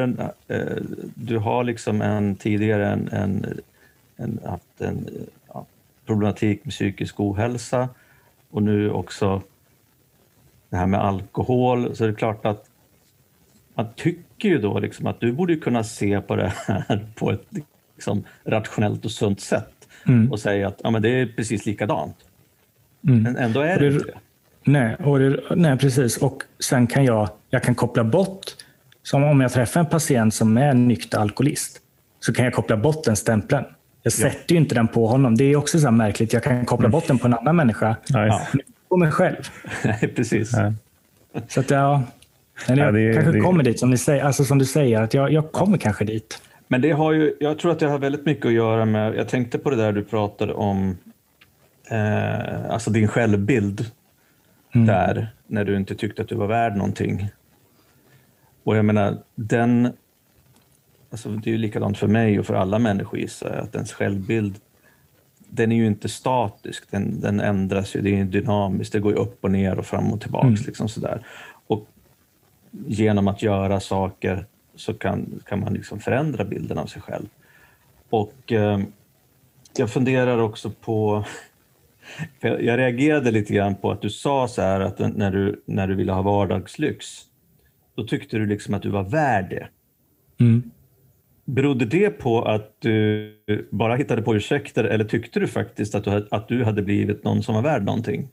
har liksom tidigare haft en problematik med psykisk ohälsa, och nu också det här med alkohol. Så är det klart att man tycker ju då liksom att du borde kunna se på det här på ett liksom rationellt och sunt sätt och säga att men det är precis likadant. Men ändå är det inte det. Nej, precis. Och sen kan jag kan koppla bort, som om jag träffar en patient som är nykter alkoholist, så kan jag koppla bort den stämpeln. Jag sätter ju inte den på honom. Det är också så här märkligt. Jag kan koppla bort den på en annan människa. På mig själv. Nej, precis. Så att kanske kommer dit, som ni säger, alltså som du säger, att jag kommer kanske dit. Men det har ju, jag tror att det har väldigt mycket att göra med, jag tänkte på det där du pratade om, alltså din självbild där, när du inte tyckte att du var värd någonting. Och jag menar, alltså det är ju likadant för mig och för alla människor, att ens självbild, den är ju inte statisk, den ändras ju, det är dynamiskt, det går ju upp och ner och fram och tillbaks liksom sådär. Och genom att göra saker så kan man liksom förändra bilden av sig själv. Och jag funderar också på, jag reagerade lite grann på att du sa så här, att när du ville ha vardagslyx, då tyckte du liksom att du var värd det. Berodde det på att du bara hittade på ursäkter, eller tyckte du faktiskt att du hade blivit någon som var värd någonting?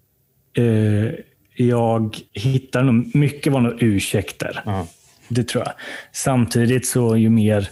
Jag hittar nog mycket var nog ursäkter. Det tror jag. Samtidigt så ju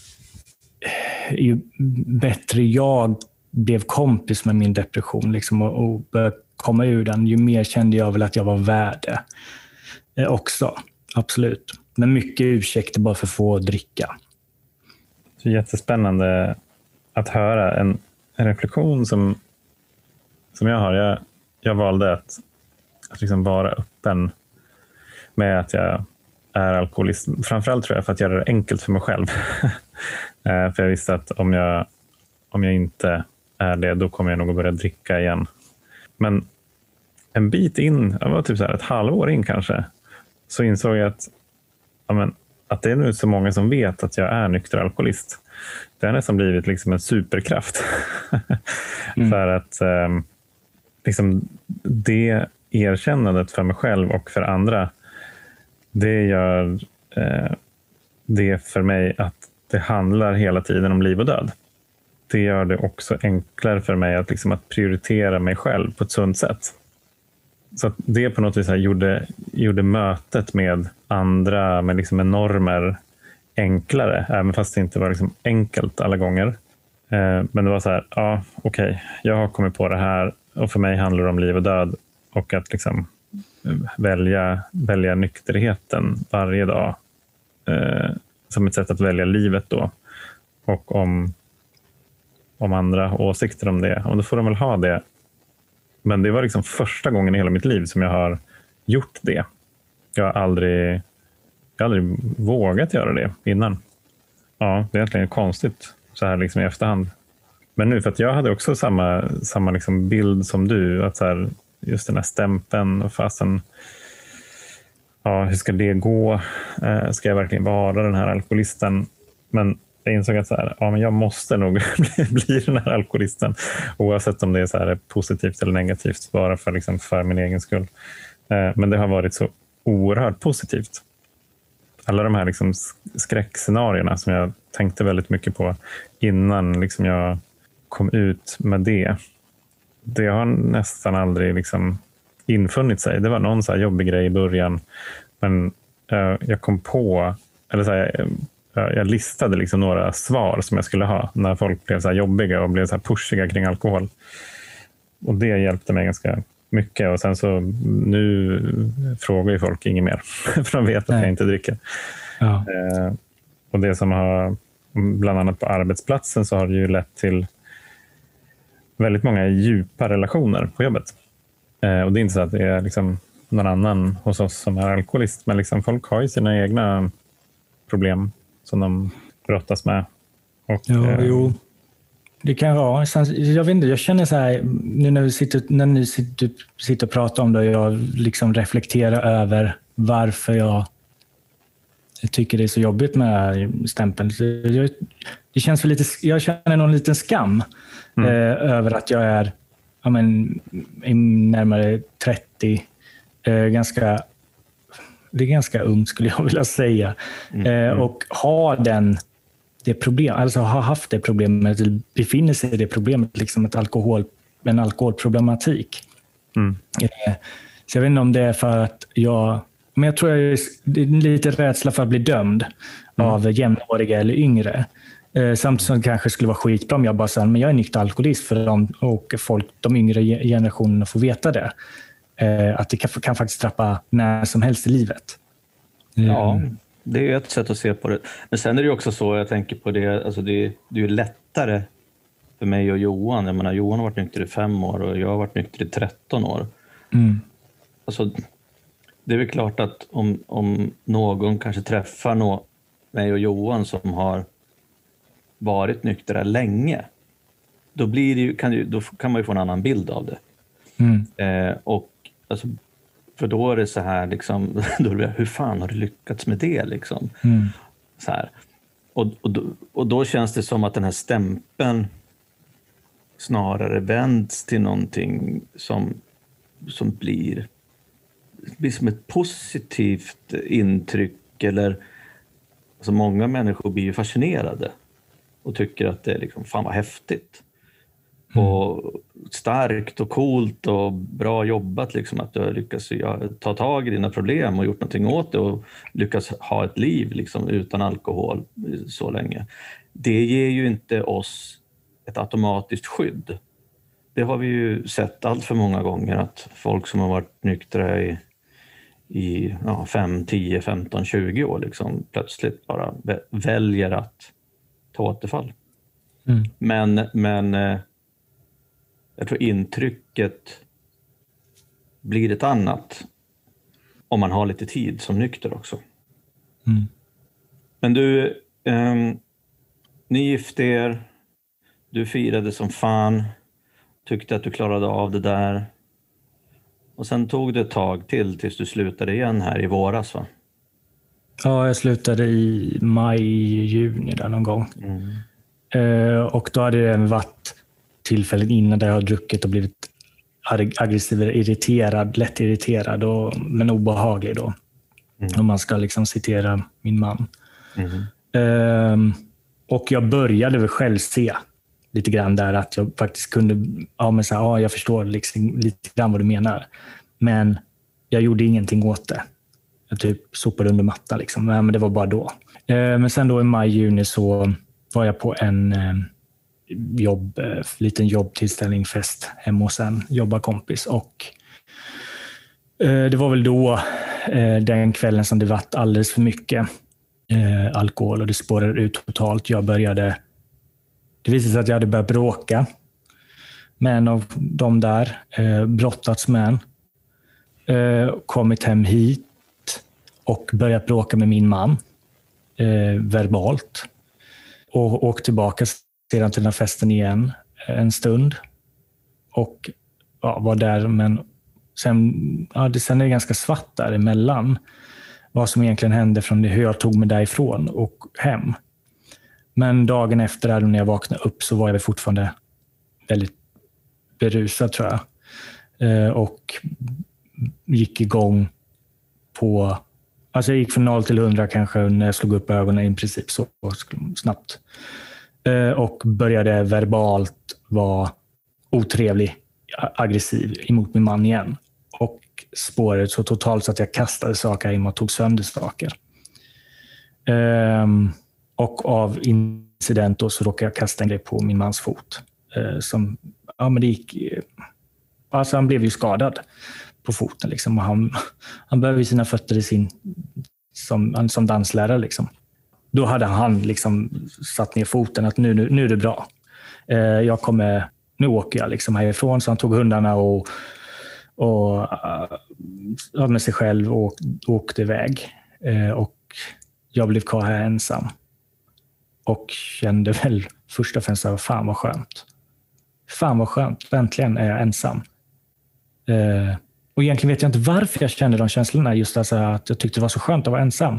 bättre jag blev kompis med min depression liksom, och började komma ur den, ju mer kände jag väl att jag var värd det också. Absolut. Men mycket ursäkter bara för att få dricka. Det är jättespännande att höra en reflektion som jag har. Jag valde att liksom vara öppen med att jag är alkoholist. Framförallt tror jag för att göra det enkelt för mig själv. För jag visste att om jag inte är det, då kommer jag nog att börja dricka igen. Men en bit in, jag var typ så här ett halvår in kanske, så insåg jag att det är nu så många som vet att jag är nykter alkoholist. Det har nästan blivit liksom en superkraft. För att liksom det erkännandet för mig själv och för andra, det gör det för mig att det handlar hela tiden om liv och död. Det gör det också enklare för mig att prioritera mig själv på ett sunt sätt. Så att det på något vis här gjorde mötet med andra, med normer, enklare, även fast det inte var enkelt alla gånger. Men det var så här, okej, jag har kommit på det här och för mig handlar det om liv och död, och att välja nykterheten varje dag som ett sätt att välja livet då, och om andra åsikter om det, och då får de väl ha det. Men det var första gången i hela mitt liv som jag har gjort det. Jag har aldrig vågat göra det innan. Ja, det är egentligen konstigt så här i efterhand. Men nu, för att jag hade också samma bild som du, att så här, just den här stämpeln och fasen, hur ska det gå? Ska jag verkligen vara den här alkoholisten? Men jag insåg att så här, men jag måste nog bli den här alkoholisten, oavsett om det är så här positivt eller negativt, bara för min egen skull. Men det har varit så oerhört positivt. Alla de här skräckscenarierna som jag tänkte väldigt mycket på innan jag kom ut med det har nästan aldrig infunnit sig. Det var någon så här jobbig grej i början, men jag kom på, eller så här, jag listade några svar som jag skulle ha när folk blev så här jobbiga och blev så här pushiga kring alkohol. Och det hjälpte mig ganska mycket. Och sen så nu frågar ju folk inget mer, för de vet att jag inte dricker. Ja. Och det som har, bland annat på arbetsplatsen, så har det ju lett till väldigt många djupa relationer på jobbet. Och det är inte så att det är någon annan hos oss som är alkoholist, men folk har ju sina egna problem som de brottas med. Och, jo. Det kan vara. Jag vet inte, jag känner så här, nu när ni sitter och pratar om det, och jag reflekterar över varför jag tycker det är så jobbigt med den här stämpeln. Det känns lite, jag känner någon liten skam över att jag är närmare 30, det är ganska ung, skulle jag vilja säga. Och har det problem, alltså har haft det problemet, befinner sig i det problemet, en alkoholproblematik. Så jag vet inte om det är för att men jag tror det är lite rädsla för att bli dömd av jämnåriga eller yngre. Samtidigt som det kanske skulle vara skitbra om jag bara sa, men jag är nykter alkoholist, för de yngre generationerna får veta det. Att det kan faktiskt trappa när som helst i livet. Ja, det är ett sätt att se på det. Men sen är det också så, jag tänker på det, alltså det är ju lättare för mig och Johan. Jag menar, Johan har varit nykter i 5 år och jag har varit nykter i 13 år. Alltså, det är väl klart att om någon kanske träffar mig och Johan som har varit nyktra länge, då blir det ju, då kan man ju få en annan bild av det. Och alltså, för då är det så här då är det, hur fan har du lyckats med det så här. Och då känns det som att den här stämpeln snarare vänds till någonting som blir som ett positivt intryck, eller alltså många människor blir ju fascinerade och tycker att det är fan vad häftigt och starkt och coolt och bra jobbat att du har lyckats ta tag i dina problem och gjort någonting åt det och lyckats ha ett liv utan alkohol så länge. Det ger ju inte oss ett automatiskt skydd. Det har vi ju sett allt för många gånger, att folk som har varit nyktra i 5, 10, 15, 20 år plötsligt bara väljer att ta återfall. Men jag tror intrycket blir ett annat om man har lite tid som nykter också. Men du, ni gifte er, du firade som fan, tyckte att du klarade av det där. Och sen tog det ett tag tills du slutade igen här i våras, va? Ja, jag slutade i maj, juni där någon gång. Och då hade det varit tillfällen innan där jag har druckit och blivit aggressiv, irriterad, lätt irriterad men obehaglig då. Om man ska liksom citera min man. Och jag började väl själv se lite grann där att jag faktiskt kunde, jag förstår liksom lite grann vad du menar. Men jag gjorde ingenting åt det. Jag typ sopade under mattan liksom. Men det var bara då. Men sen då i maj, juni så var jag på en liten jobbtillställning, fest hemma hos en jobbarkompis. Och det var väl då den kvällen som det var alldeles för mycket alkohol och det spårade ut totalt. Det visade sig att jag hade börjat bråka med en av de där, brottats med en. Kommit hem hit och börjat bråka med min man verbalt. Och åkt tillbaka sedan till den här festen igen en stund. Och var där, men sen är det ganska svart däremellan. Vad som egentligen hände från hur jag tog mig därifrån och hem. Men dagen efter när jag vaknade upp så var jag fortfarande väldigt berusad, tror jag. Och gick igång på... Alltså jag gick från 0 till 100 kanske när jag slog upp ögonen i princip så snabbt. Och började verbalt vara otrevlig, aggressiv emot min man igen. Och spåret så totalt så att jag kastade saker in och tog sönder saker. Och av incident då så råkade jag kasta en grej på min mans fot. Men det gick... Alltså han blev ju skadad på foten liksom. Och han behövde sina fötter som danslärare liksom. Då hade han liksom satt ner foten att nu är det bra. Nu åker jag liksom härifrån. Så han tog hundarna och med sig själv och åkte iväg. Och jag blev kvar här ensam. Och kände väl först och främst att fan vad skönt. Fan vad skönt. Äntligen är jag ensam. Och egentligen vet jag inte varför jag kände de känslorna. Just alltså att jag tyckte det var så skönt att vara ensam.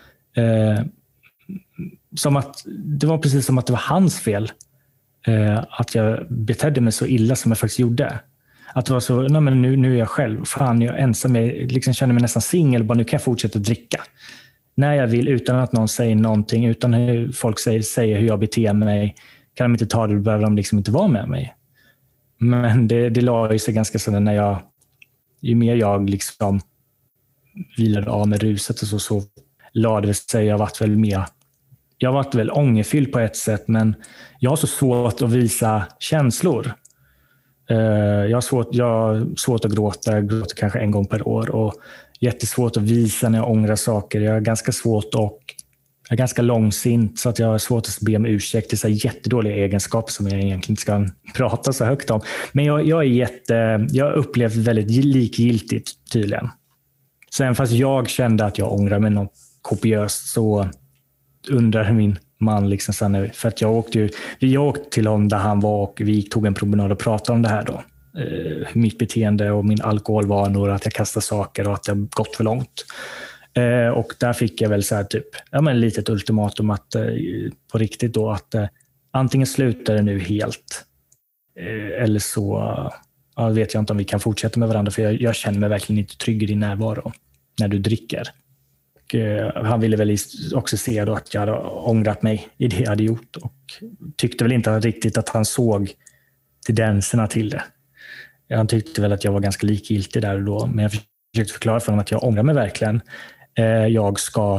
Det var precis som att det var hans fel. Att jag betedde mig så illa som jag faktiskt gjorde. Att det var så, nu är jag själv. Fan, jag är ensam. Jag liksom känner mig nästan singel. Bara nu kan jag fortsätta dricka. När jag vill, utan att någon säger någonting. Utan hur folk säger hur jag beter mig. Kan de inte ta det, då behöver de liksom inte vara med mig. Men det la sig ganska sådär ju mer jag liksom vilade av med ruset och så lade det sig. Jag varit väl ångerfylld på ett sätt, men jag har så svårt att visa känslor. Jag har svårt att gråta. Jag gråter kanske en gång per år och jättesvårt att visa när jag ångrar saker. Jag är ganska svårt och jag är ganska långsint så att jag har svårt att be om ursäkt till så jättedåliga egenskaper som jag egentligen inte ska prata så högt om. Men jag har upplevt väldigt likgiltigt tydligen. Sen fast jag kände att jag ångrar mig något kopiöst så undrar min man liksom sen, för att jag åkte till honom där han var och vi tog en promenad och pratade om det här då. Mitt beteende och min alkoholvanor, att jag kastar saker och att det har gått för långt. Och där fick jag väl så här typ, litet ultimatum att på riktigt då att antingen slutar det nu helt eller så vet jag inte om vi kan fortsätta med varandra, för jag känner mig verkligen inte trygg i din närvaro när du dricker. Och han ville väl också se då att jag hade ångrat mig i det jag hade gjort och tyckte väl inte riktigt att han såg tendenserna till det. Han tyckte väl att jag var ganska likgiltig där och då, men jag försökte förklara för honom att jag ångrar mig verkligen. Jag ska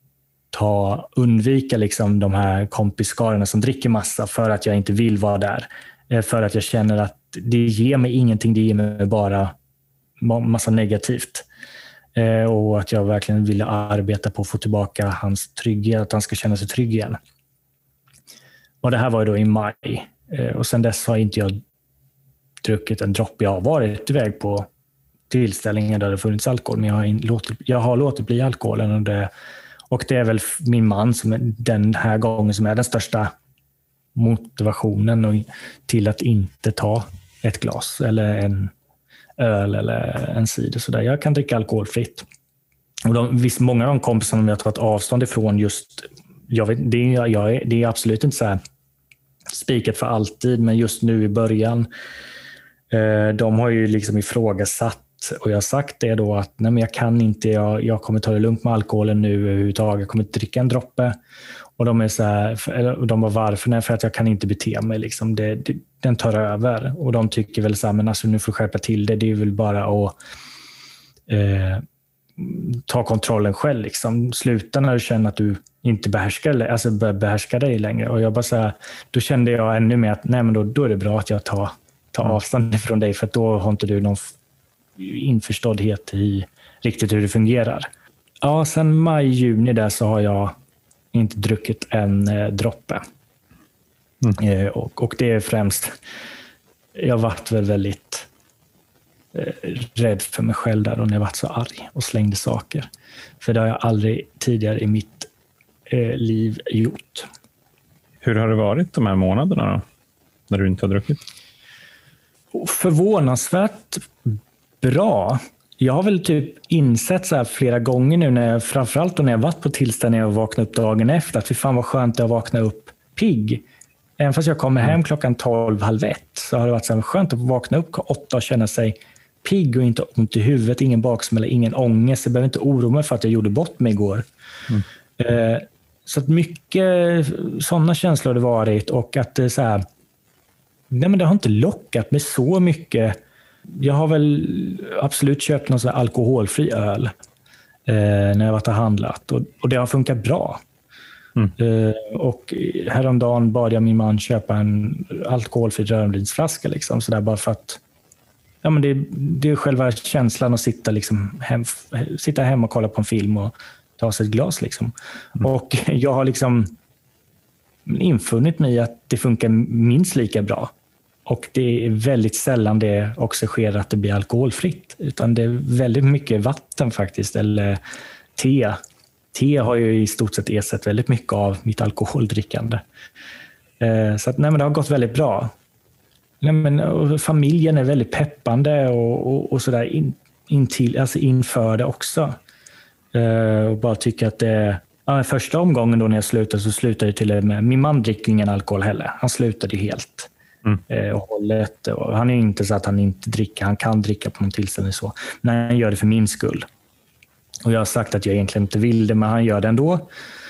undvika liksom de här kompiskarorna som dricker massa för att jag inte vill vara där. För att jag känner att det ger mig ingenting, det ger mig bara massa negativt. Och att jag verkligen ville arbeta på att få tillbaka hans trygghet, att han ska känna sig trygg igen. Och det här var ju då i maj. Och sen dess har inte jag druckit en dropp. Jag har varit iväg på tillställningar där det funnits alkohol, men jag har låtit bli alkoholen. Och det är väl min man som är den här gången som är den största motivationen till att inte ta ett glas eller en öl eller en cider. Så där. Jag kan dricka alkoholfritt. Och visst, många av de kompisarna jag har tagit avstånd ifrån just, det är absolut inte så här spikat för alltid, men just nu i början, de har ju liksom ifrågasatt, och jag har sagt det då att nej, men jag kan inte, jag kommer ta det lugnt med alkoholen nu överhuvudtaget, jag kommer inte dricka en droppe. Och de är så här, och de var varför? Nej, för att jag kan inte bete mig. Liksom. Den tar över. Och de tycker väl så här, men alltså, nu får du skärpa till det. Det är väl bara att ta kontrollen själv. Liksom. Sluta när du känner att du inte behärskar dig längre. Och jag bara så här, då kände jag ännu mer att nej, men då är det bra att jag tar avstånd från dig, för att då har inte du någon införståddhet i riktigt hur det fungerar. Ja, sen maj-juni där så har jag inte druckit en droppe. Och det är främst, jag varit väl väldigt rädd för mig själv där, och när jag varit så arg och slängde saker. För det har jag aldrig tidigare i mitt liv gjort. Hur har det varit de här månaderna då, när du inte har druckit? Förvånansvärt bra. Jag har väl typ insett så här flera gånger nu, framförallt när jag varit på tillställningar och vaknat upp dagen efter, att fy fan vad skönt det att vakna upp pigg. Även fast jag kommer hem klockan 12:30 så har det varit så här skönt att vakna upp 8 och känna sig pigg och inte ont i huvudet, ingen baksmälla, ingen ångest. Jag behöver inte oroa mig för att jag gjorde bort mig igår. Så att mycket sådana känslor har det varit, och att det så här, nej, men det har inte lockat mig så mycket. Jag har väl absolut köpt någon sån här alkoholfri öl när jag varit och handlat, och det har funkat bra. Och häromdagen bad jag min man köpa en alkoholfri rödvinsflaska liksom, så där, bara för att ja, men det är själva känslan att sitta hemma och kolla på en film och ta sig ett glas liksom. Och jag har liksom infunnit mig att det funkar minst lika bra. Och det är väldigt sällan det också sker att det blir alkoholfritt. Utan det är väldigt mycket vatten faktiskt. Eller te. Te har ju i stort sett ersatt väldigt mycket av mitt alkoholdrickande. Så att, nej, men det har gått väldigt bra. Nej, men, och familjen är väldigt peppande och sådär inför det också. Och bara tycker att det första omgången då när jag slutade, så slutade det till och med. Min man dricker ingen alkohol heller. Han slutade helt. Och hållet. Och han är inte så att han inte dricker. Han kan dricka på någon tillställning så. Men han gör det för min skull. Och jag har sagt att jag egentligen inte vill det, men han gör det ändå.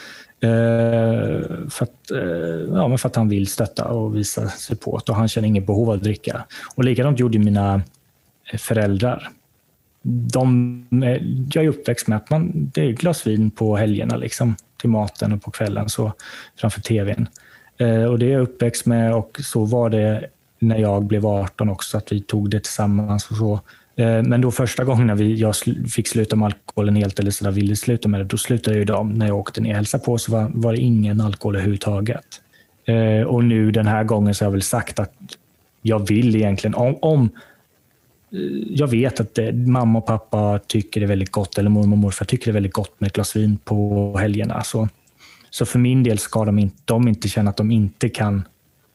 För att han vill stötta och visa support. Och han känner inget behov av att dricka. Och likadant gjorde mina föräldrar. Jag är uppväxt med att det är glas vin på helgerna liksom, till maten och på kvällen så framför tvn. Och det är jag uppväxt med, och så var det när jag blev 18 också, att vi tog det tillsammans och så. Men då första gången när jag fick sluta med alkoholen helt, eller så där ville sluta med det, då slutade jag ju när jag åkte ner och hälsade på, så var det ingen alkohol överhuvudtaget. Och nu den här gången så har jag väl sagt att jag vill egentligen, om jag vet att mamma och pappa tycker det är väldigt gott, eller mormor och morfar tycker det är väldigt gott med ett glas vin på helgerna, så för min del ska de inte känna att de inte kan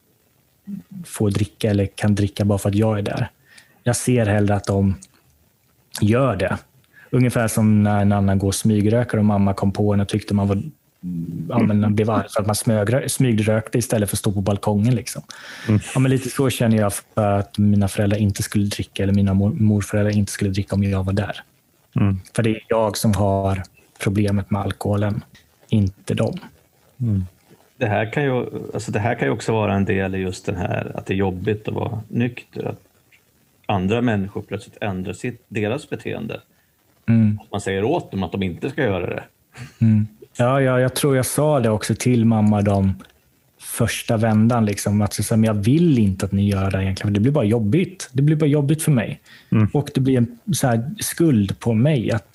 få dricka eller kan dricka bara för att jag är där. Jag ser hellre att de gör det. Ungefär som när en annan går och smygrökar och mamma kom på en och tyckte man blev arg för att man smygrökte istället för att stå på balkongen. Liksom. Ja, men lite så känner jag för att mina föräldrar inte skulle dricka, eller mina morföräldrar inte skulle dricka om jag var där. För det är jag som har problemet med alkoholen, inte dem. Det här kan ju också vara en del i just den här att det är jobbigt att vara nykter, att andra människor plötsligt ändrar deras beteende. Att man säger åt dem att de inte ska göra det. Ja, jag tror jag sa det också till mamma de första vändan. Liksom, att så, men jag vill inte att ni gör det egentligen. Det blir bara jobbigt. Det blir bara jobbigt för mig. Och det blir en så här skuld på mig att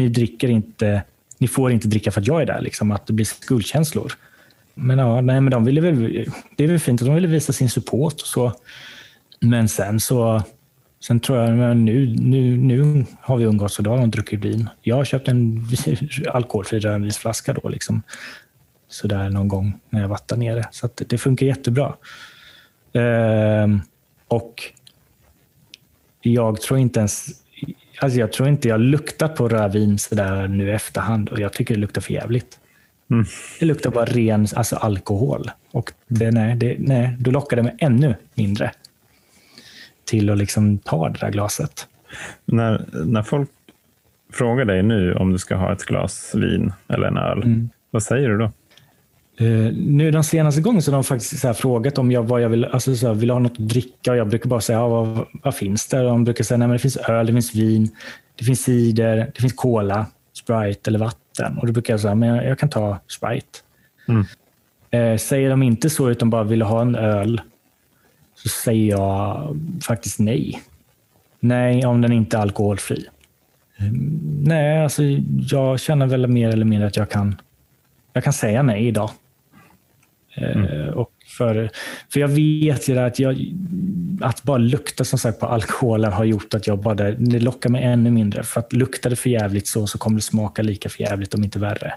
ni får inte dricka för att jag är där. Liksom, att det blir skuldkänslor. Men ja, men de ville väl, det är väl fint att de ville visa sin support och så. Men sen tror jag, nu har vi umgåtts och då har de druckit vin. Jag har köpt en alkoholfri rödvinsflaska då liksom. så där någon gång när jag varit där nere. Så att det funkar jättebra. Och jag tror inte jag luktar på rödvin så där nu i efterhand, och jag tycker det luktar för jävligt. Det luktar bara ren alkohol, och då lockar det mig ännu mindre till att liksom ta det där glaset. När folk frågar dig nu om du ska ha ett glas vin eller en öl, vad säger du då? Nu den senaste gången så har de faktiskt så här frågat om vad jag vill, alltså så här, vill ha något att dricka, och jag brukar bara säga vad finns det? Och de brukar säga nej, men det finns öl, det finns vin, det finns cider, det finns cola, Sprite eller vatten. Och då brukar jag säga men jag kan ta Sprite. Säger de inte så utan bara vill ha en öl, så säger jag faktiskt nej. Nej, om den inte är alkoholfri. Nej, alltså jag känner väl mer eller mindre att jag kan säga nej idag. Och för jag vet ju att bara lukta som sagt på alkoholen har gjort att det lockar mig ännu mindre. För att luktar det för jävligt så kommer det smaka lika för jävligt, om inte värre.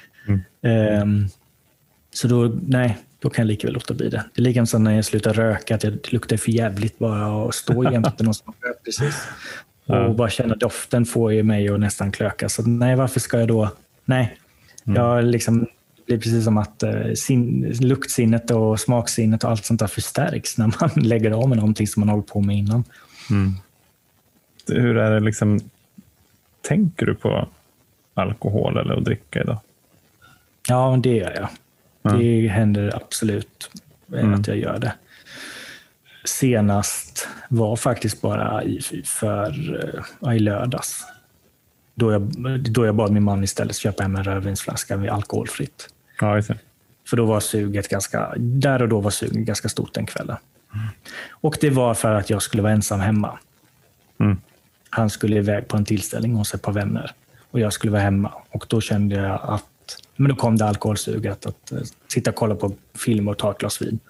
Så då kan jag lika väl låta bli det. Det är likadant som när jag slutar röka, att det luktar för jävligt bara och stå jämte någon som röker precis. Och bara känna doften får ju mig att nästan klöka. Så nej, varför ska jag då? Nej, jag liksom, det blir precis som att luktsinnet och smaksinnet och allt sånt där förstärks när man lägger av med någonting som man har hållit på med innan. Hur är det liksom, tänker du på alkohol eller att dricka idag? Ja, det gör jag. Det händer absolut att jag gör det. Senast var faktiskt bara i lördags. Då jag bad min man istället köpa hem en rödvinsflaska med alkoholfritt. Ja, just det. För då var suget ganska stort den kvällen. Och det var för att jag skulle vara ensam hemma. Han skulle iväg på en tillställning hos ett par vänner. Och jag skulle vara hemma. Och då kände jag men då kom det alkoholsuget att sitta och kolla på film och ta ett glas vin.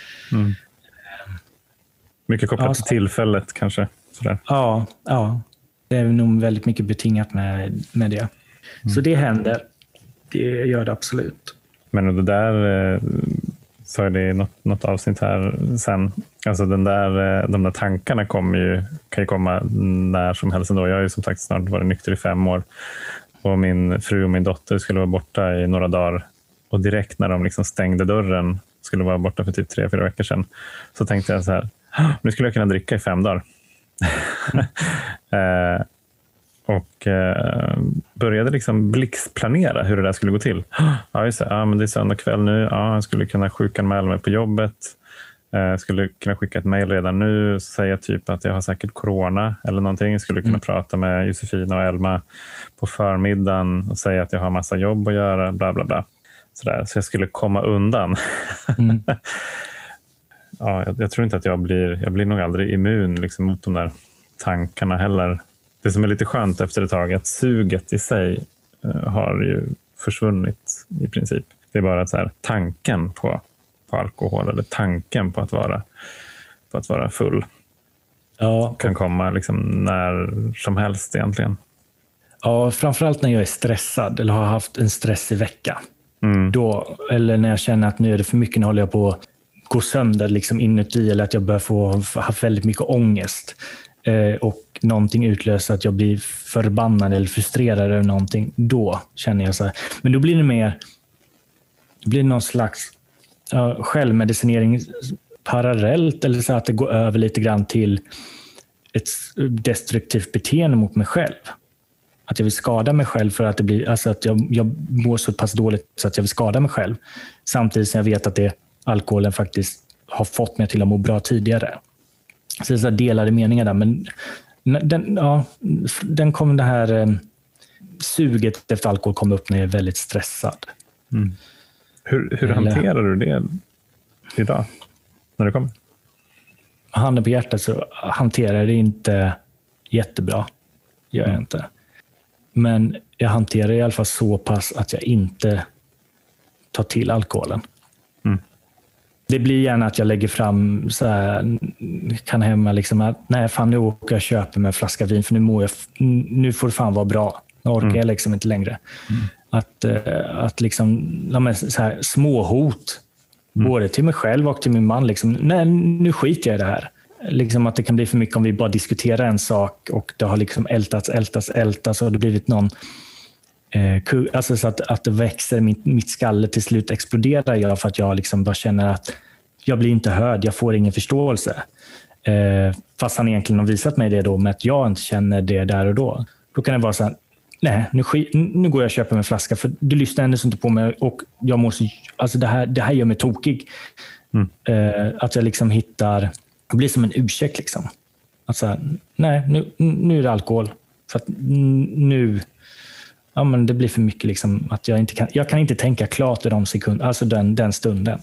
Mycket kopplat till tillfället kanske? Sådär. Ja. Det är nog väldigt mycket betingat med det. Så det händer. Det gör det absolut. Men det där sa jag det i något avsnitt här sen. Alltså de där tankarna kan ju komma när som helst ändå. Jag har ju som sagt snart varit nykter i 5 år. Och min fru och min dotter skulle vara borta i några dagar. Och direkt när de liksom stängde dörren, skulle vara borta för typ 3-4 veckor sedan, så tänkte jag så här, nu skulle jag kunna dricka i 5 dagar. Och började liksom blixtplanera hur det där skulle gå till. Ja, just det. Men det är söndag kväll nu. Ja, jag skulle kunna sjukanmäla mig på jobbet. Skulle kunna skicka ett mejl redan nu, säga typ att jag har säkert corona eller någonting. Jag skulle kunna prata med Josefina och Elma på förmiddagen och säga att jag har massa jobb att göra, bla bla bla. Så jag skulle komma undan. Ja, jag tror inte att jag blir nog aldrig immun liksom mot de där tankarna heller. Det som är lite skönt efter ett tag är att suget i sig har ju försvunnit i princip. Det är bara att så här, tanken på alkohol eller tanken på att vara full kan komma liksom när som helst egentligen. Ja, framförallt när jag är stressad eller har haft en stressig vecka. Då, eller när jag känner att nu är det för mycket, nu håller jag på att gå sönder liksom inuti, eller att jag börjar få haft väldigt mycket ångest. Och någonting utlöser att jag blir förbannad eller frustrerad över någonting. Då känner jag så här. Men då blir det någon slags självmedicinering parallellt, eller så att det går över lite grann till ett destruktivt beteende mot mig själv. Att jag vill skada mig själv för att det blir, alltså att jag mår så pass dåligt så att jag vill skada mig själv. Samtidigt som jag vet att alkoholen faktiskt har fått mig till att må bra tidigare. Så det är så delade meningar där, men den kom det här suget efter alkohol kom upp när jag är väldigt stressad. Hur hanterar du det idag när det kommer? Handen på hjärtat så hanterar jag det inte jättebra. Gör jag inte. Men jag hanterar det i alla fall så pass att jag inte tar till alkoholen. Det blir gärna att jag lägger fram så här, kan hemma liksom att nej fan, nu åker jag och köper med en flaska vin för nu får det fan vara bra. Nu orkar jag liksom inte längre. Att liksom, så här, småhot, både till mig själv och till min man. Liksom, nej, nu skiter jag i det här. Liksom att det kan bli för mycket om vi bara diskuterar en sak och det har liksom ältats och det blivit någon alltså så att det växer, mitt skalle till slut exploderar jag för att jag liksom bara känner att jag blir inte hörd, jag får ingen förståelse. Fast han egentligen har visat mig det då med att jag inte känner det där och då. Då kan det vara så här, nej, nu går jag och köper mig en flaska för du lyssnar ändå inte på mig och jag måste, alltså det här gör mig tokig. Att jag liksom hittar, det blir som en ursäkt liksom. Alltså, nej, nu är det alkohol. För att nu, ja men det blir för mycket liksom att jag kan inte tänka klart i de sekunder, alltså den stunden.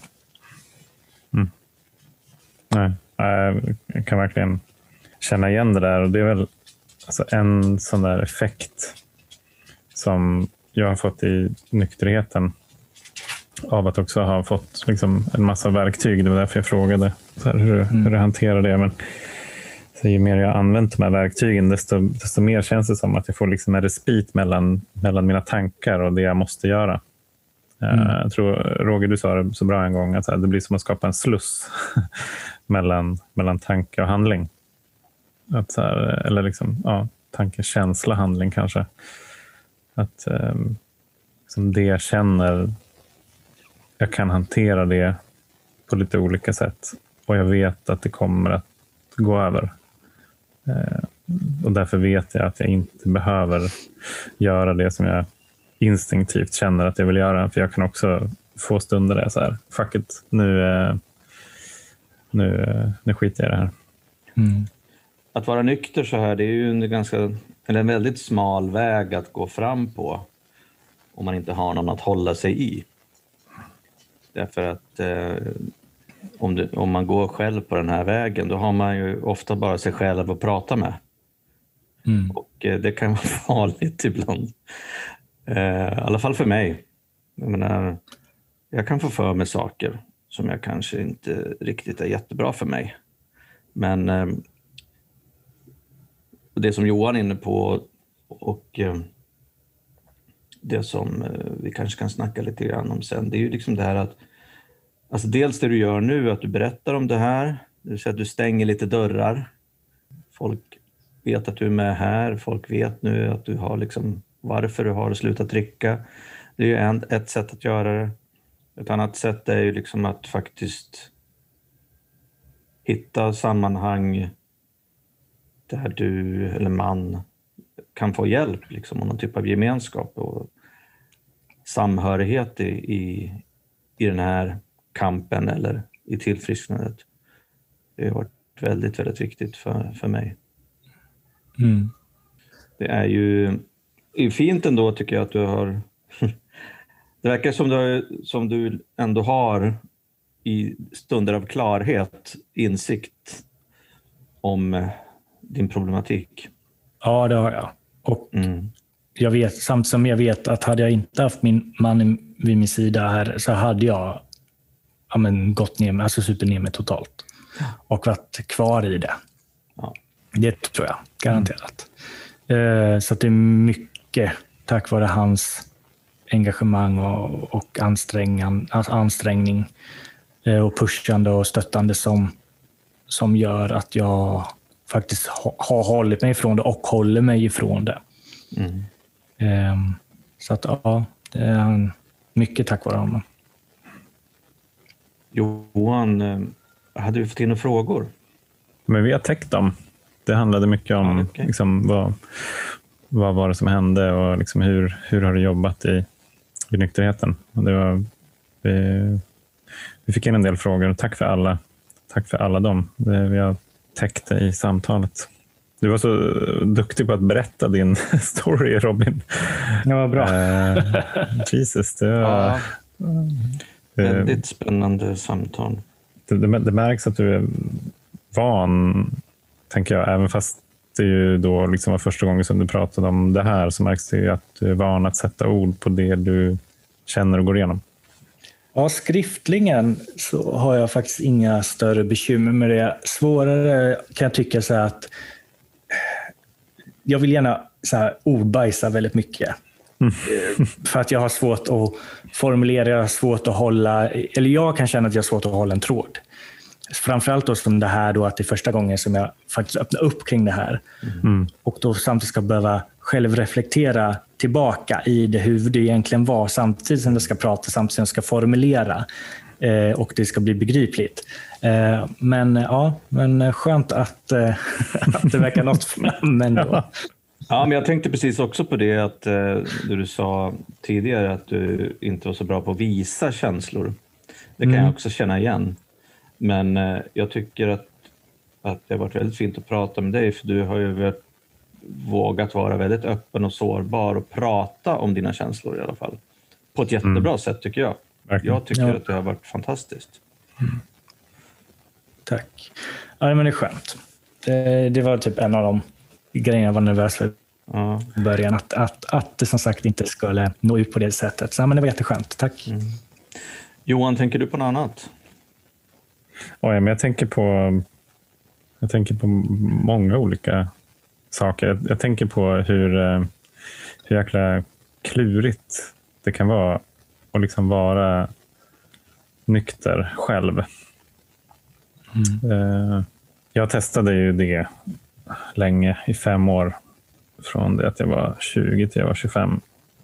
Nej, jag kan verkligen känna igen det där och det är väl alltså en sån där effekt som jag har fått i nykterheten av att också ha fått liksom en massa verktyg. Det var därför jag frågade så här, hur du hanterar det. Men så ju mer jag har använt de här verktygen desto mer känns det som att jag får liksom en respit mellan mina tankar och det jag måste göra. Jag tror, Roger, du sa det så bra en gång att det blir som att skapa en sluss mellan tanke och handling. Att så här, eller liksom, ja, tanke, känsla, handling kanske. Att liksom det jag känner, jag kan hantera det på lite olika sätt. Och jag vet att det kommer att gå över. Och därför vet jag att jag inte behöver göra det som jag instinktivt känner att jag vill göra. För jag kan också få stunder där jag så här, fuck it, nu skiter jag i det här. Att vara nykter så här, det är ju en väldigt smal väg att gå fram på om man inte har någon att hålla sig i. Därför att om man går själv på den här vägen, då har man ju ofta bara sig själv att prata med. Och det kan vara farligt ibland. I alla fall för mig. Jag menar, jag kan få för mig saker som jag kanske inte riktigt är jättebra för mig. Men det som Johan är inne på och det som vi kanske kan snacka lite grann om sen, det är ju liksom det här att alltså dels det du gör nu, att du berättar om det här, det vill säga att du stänger lite dörrar. Folk vet att du är med här, folk vet nu att du har liksom varför du har slutat dricka. Det är ju ett sätt att göra det. Ett annat sätt är ju liksom att faktiskt hitta sammanhang där du eller man kan få hjälp liksom, och någon typ av gemenskap och samhörighet i den här kampen eller i tillfrisknandet. Det har varit väldigt, väldigt viktigt för mig. Det är ju fint ändå tycker jag att du har det verkar som du ändå har i stunder av klarhet, insikt om din problematik. Ja, det har jag. Och jag vet, samt som jag vet att hade jag inte haft min man vid min sida här så hade jag gått ner med, alltså super ner med totalt. Och varit kvar i det. Ja. Det tror jag, garanterat. Så att det är mycket tack vare hans engagemang och ansträngning och pushande och stöttande som gör att jag faktiskt har hållit mig ifrån det och håller mig ifrån det. Så att ja, det är mycket tack vare honom. Johan, hade du fått in några frågor? Men vi har täckt dem. Det handlade mycket om liksom, vad var det som hände och liksom, hur har du jobbat i nykterheten. Och det var, vi fick in en del frågor. Tack för alla dem. Vi har täckt i samtalet. Du var så duktig på att berätta din story, Robin. Det var bra. Jesus, det var... Väldigt spännande samtal. Det märks att du är van, tänker jag, även fast det ju då liksom var första gången som du pratade om det här, så märks det att du är van att sätta ord på det du känner och går igenom. Ja, skriftlingen så har jag faktiskt inga större bekymmer med det. Svårare kan jag tycka så att jag vill gärna så här ordbajsa väldigt mycket. För att jag har svårt att formulera, jag har svårt att hålla, eller jag kan känna att jag har svårt att hålla en tråd. Framförallt då som det här då, att det är första gången som jag faktiskt öppnar upp kring det här. Och då samtidigt ska behöva själv reflektera tillbaka i det, hur det egentligen var, samtidigt som jag ska prata, samtidigt som jag ska formulera och det ska bli begripligt. Men skönt att det verkar något fram ändå. Ja, men jag tänkte precis också på det att du sa tidigare att du inte var så bra på att visa känslor. Det kan jag också känna igen. Men jag tycker att det har varit väldigt fint att prata med dig, för du har ju vågat vara väldigt öppen och sårbar och prata om dina känslor i alla fall. På ett jättebra sätt tycker jag. Verkligen. Jag tycker att det har varit fantastiskt. Tack. Ja, men det är skönt. Det var typ en av de grejerna jag var nervös för i början. Att det som sagt inte skulle nå ut på det sättet. Så men det var jätteskönt. Tack. Johan, tänker du på något annat? Men jag tänker på många olika saker. Jag tänker på hur jäkla klurigt det kan vara att liksom vara nykter själv. Jag testade ju det länge, i 5 år. Från det att jag var 20 till jag var 25.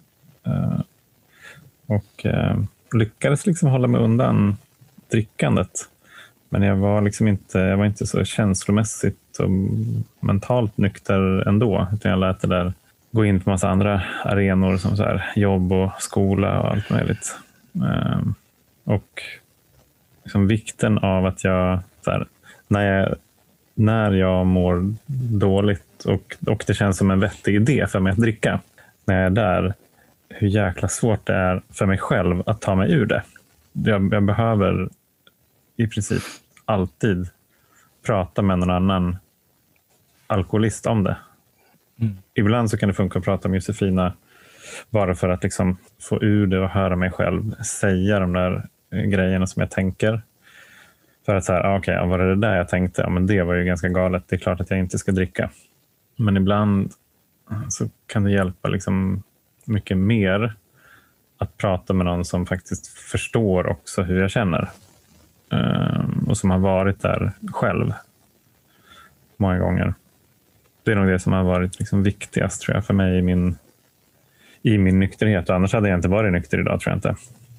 Och lyckades liksom hålla mig undan drickandet. Men jag var inte så känslomässigt och mentalt nykter ändå. Utan jag lät det där gå in på massa andra arenor som så här jobb och skola och allt möjligt. Och liksom vikten av att jag så här, när jag mår dåligt och det känns som en vettig idé för mig att dricka. När jag är där, hur jäkla svårt det är för mig själv att ta mig ur det. Jag behöver i princip alltid prata med någon annan alkoholist om det. Ibland så kan det funka att prata med Josefina bara för att liksom få ur det och höra mig själv säga de där grejerna som jag tänker. För att säga, var det där jag tänkte? Ja, men det var ju ganska galet. Det är klart att jag inte ska dricka. Men ibland så kan det hjälpa liksom mycket mer att prata med någon som faktiskt förstår också hur jag känner. Och som har varit där själv många gånger. Det är nog det som har varit liksom viktigast, tror jag, för mig i min nykterhet. Och annars hade jag inte varit nykter idag, tror jag inte.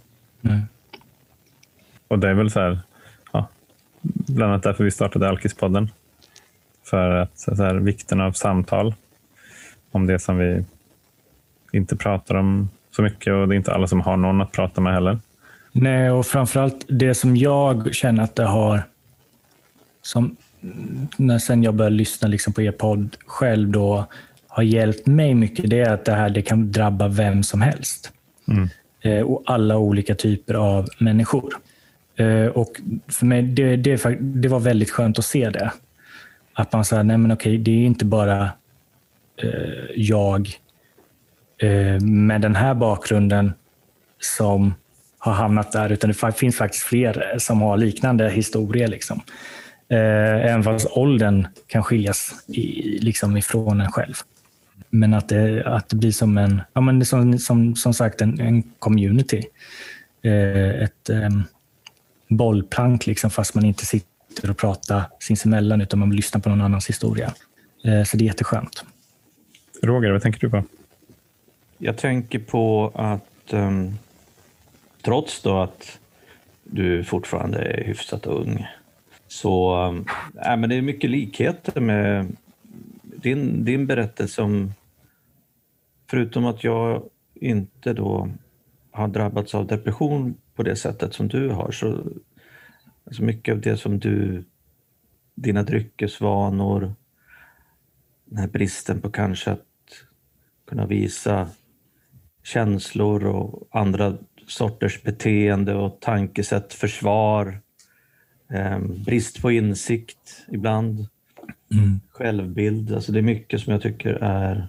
Och det är väl så här, bland annat därför vi startade Alkispodden. För att så här, vikten av samtal om det som vi inte pratar om så mycket, och det är inte alla som har någon att prata med heller. Nej, och framförallt det som jag känner att det har, som sen jag började lyssna liksom på er podd själv då, har hjälpt mig mycket, det är att det kan drabba vem som helst. Och alla olika typer av människor. Och för mig, det var väldigt skönt att se det. Att man säger, nej men okej, det är inte bara jag med den här bakgrunden som har hamnat där, utan det finns faktiskt fler som har liknande historier. Liksom. Även fast åldern kan skiljas liksom ifrån en själv. Men att det blir som en, som sagt en community. Ett bollplank, liksom, fast man inte sitter och pratar sinsemellan, utan man vill lyssna på någon annans historia. Så det är jätteskönt. Roger, vad tänker du på? Jag tänker på att trots då att du fortfarande är hyfsat ung, så men det är mycket likheter med din berättelse om, förutom att jag inte då har drabbats av depression på det sättet som du har, så alltså mycket av det som dina dryckesvanor, den här bristen på kanske att kunna visa känslor och andra sorters beteende och tankesätt, försvar, brist på insikt ibland, självbild. Alltså det är mycket som jag tycker är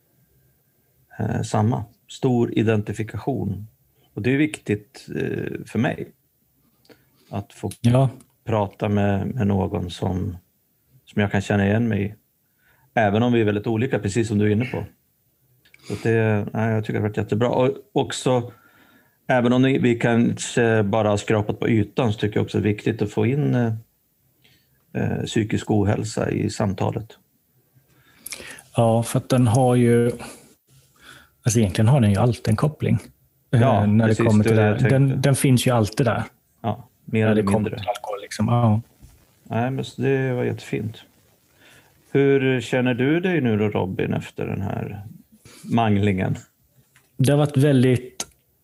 samma. Stor identifikation. Och det är viktigt för mig att få prata med någon som jag kan känna igen mig i. Även om vi är väldigt olika, precis som du är inne på. Så jag tycker det har varit jättebra. Och också, även om vi kanske bara har skrapat på ytan, så tycker jag också det är viktigt att få in psykisk ohälsa i samtalet. Ja, för att den har ju... Alltså egentligen har den ju alltid en koppling. Ja, när precis, det kommer till det. Den finns ju alltid där. Ja, mer eller mindre. Till alkohol, liksom. Ja. Nej, men det var jättefint. Hur känner du dig nu då, Robin, efter den här manglingen? Det har varit väldigt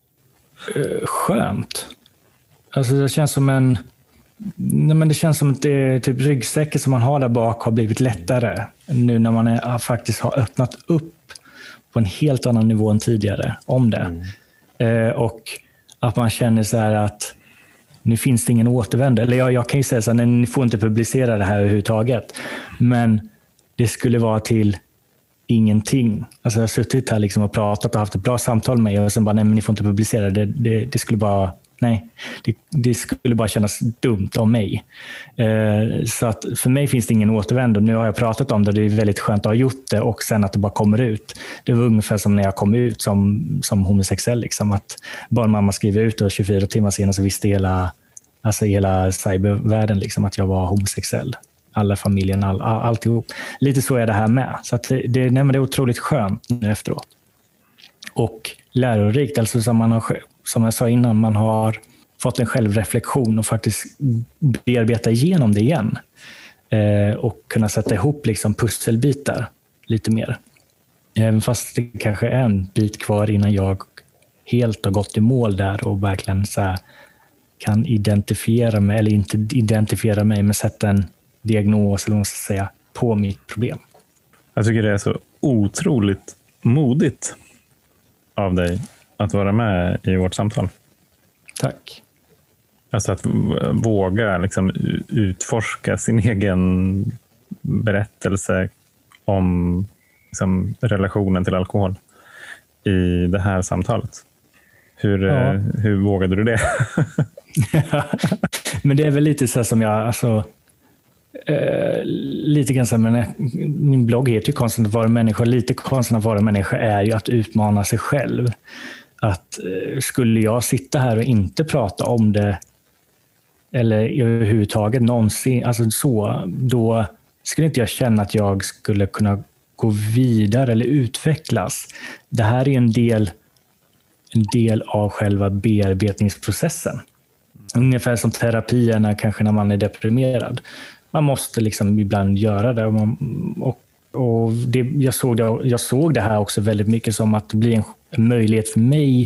skönt. Alltså det känns som det känns som att det typ ryggsäcken som man har där bak har blivit lättare nu när man faktiskt har öppnat upp på en helt annan nivå än tidigare om det. Och att man känner så här att nu finns det ingen återvändo. Eller jag kan ju säga så här, ni får inte publicera det här överhuvudtaget. Men det skulle vara till ingenting. Alltså jag har suttit här liksom och pratat och haft ett bra samtal med er och sen bara, nej men ni får inte publicera det. Det skulle bara, nej. Det skulle bara kännas dumt av mig. Så att för mig finns det ingen återvändo. Nu har jag pratat om det. Det är väldigt skönt att ha gjort det och sen att det bara kommer ut. Det var ungefär som när jag kom ut som homosexuell. Liksom. Att barnmamma skriver ut och 24 timmar senare så visste hela cybervärlden liksom, att jag var homosexuell. Alla familjen, alltihop. Lite så är det här med. Så att det är otroligt skönt nu efteråt. Och lärorikt. Alltså som jag sa innan, man har fått en självreflektion och faktiskt bearbeta igenom det igen. Och kunna sätta ihop liksom pusselbitar lite mer. Även fast det kanske är en bit kvar innan jag helt har gått i mål där och verkligen så här kan identifiera mig, eller inte identifiera mig, men sätta en diagnos eller vad man ska säga, på mitt problem. Jag tycker det är så otroligt modigt av dig att vara med i vårt samtal. Tack. Alltså att våga liksom utforska sin egen berättelse om relationen till alkohol i det här samtalet. Hur vågade du det? Men det är väl lite så här som jag... lite grann så här, men min blogg heter ju Konsten att vara människa. Lite konsten att vara människa är ju att utmana sig själv. Att skulle jag sitta här och inte prata om det eller överhuvudtaget någonsin, alltså så, då skulle inte jag känna att jag skulle kunna gå vidare eller utvecklas. Det här är en del av själva bearbetningsprocessen. Ungefär som terapierna kanske när man är deprimerad. Man måste liksom ibland göra det. Och jag såg det här också väldigt mycket som att det blir en möjlighet för mig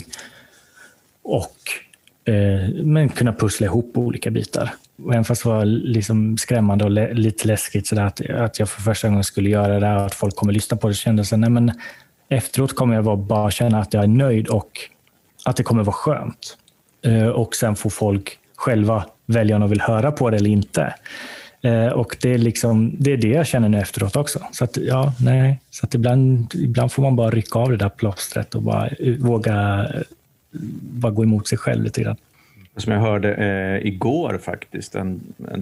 men kunna pussla ihop olika bitar. Och även fast det var liksom skrämmande och lite läskigt så där, att jag för första gången skulle göra det och att folk kommer lyssna på det, kände jag nej, men efteråt kommer jag bara känna att jag är nöjd och att det kommer vara skönt. Och sen får folk själva välja om de vill höra på det eller inte. Och det är det jag känner nu efteråt också. Så att så att ibland får man bara rycka av det där plåstret och bara våga bara gå emot sig själv lite grann. Som jag hörde igår faktiskt, en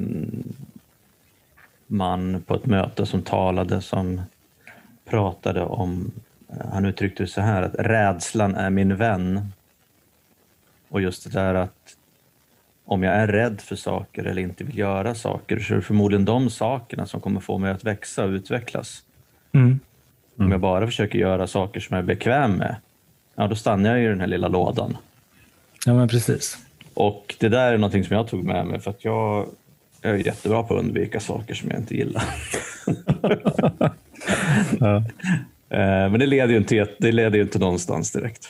man på ett möte som pratade om, han uttryckte det så här, att rädslan är min vän. Och just det där att om jag är rädd för saker eller inte vill göra saker, så är det förmodligen de sakerna som kommer få mig att växa och utvecklas. Om jag bara försöker göra saker som jag är bekväm med, då stannar jag i den här lilla lådan. Ja, men precis. Och det där är någonting som jag tog med mig, för att jag är jättebra på att undvika saker som jag inte gillar. Ja. Men det leder ju inte någonstans direkt.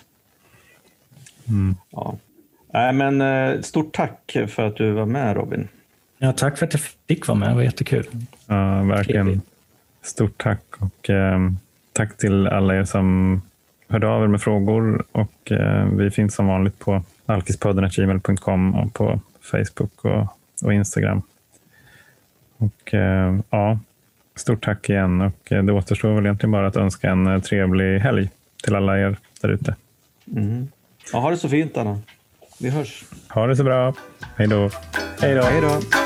Ja. Nej, men stort tack för att du var med, Robin. Ja, tack för att jag fick vara med. Det var jättekul. Ja, verkligen. Stort tack. Och tack till alla er som hörde av er med frågor. Och vi finns som vanligt på alkispodden@gmail.com och på Facebook och Instagram. Och stort tack igen. Och det återstår väl egentligen bara att önska en trevlig helg till alla er där ute. Ja, ha det så fint, Anna. Vi hörs. Ha det så bra. Hej då. Hej då.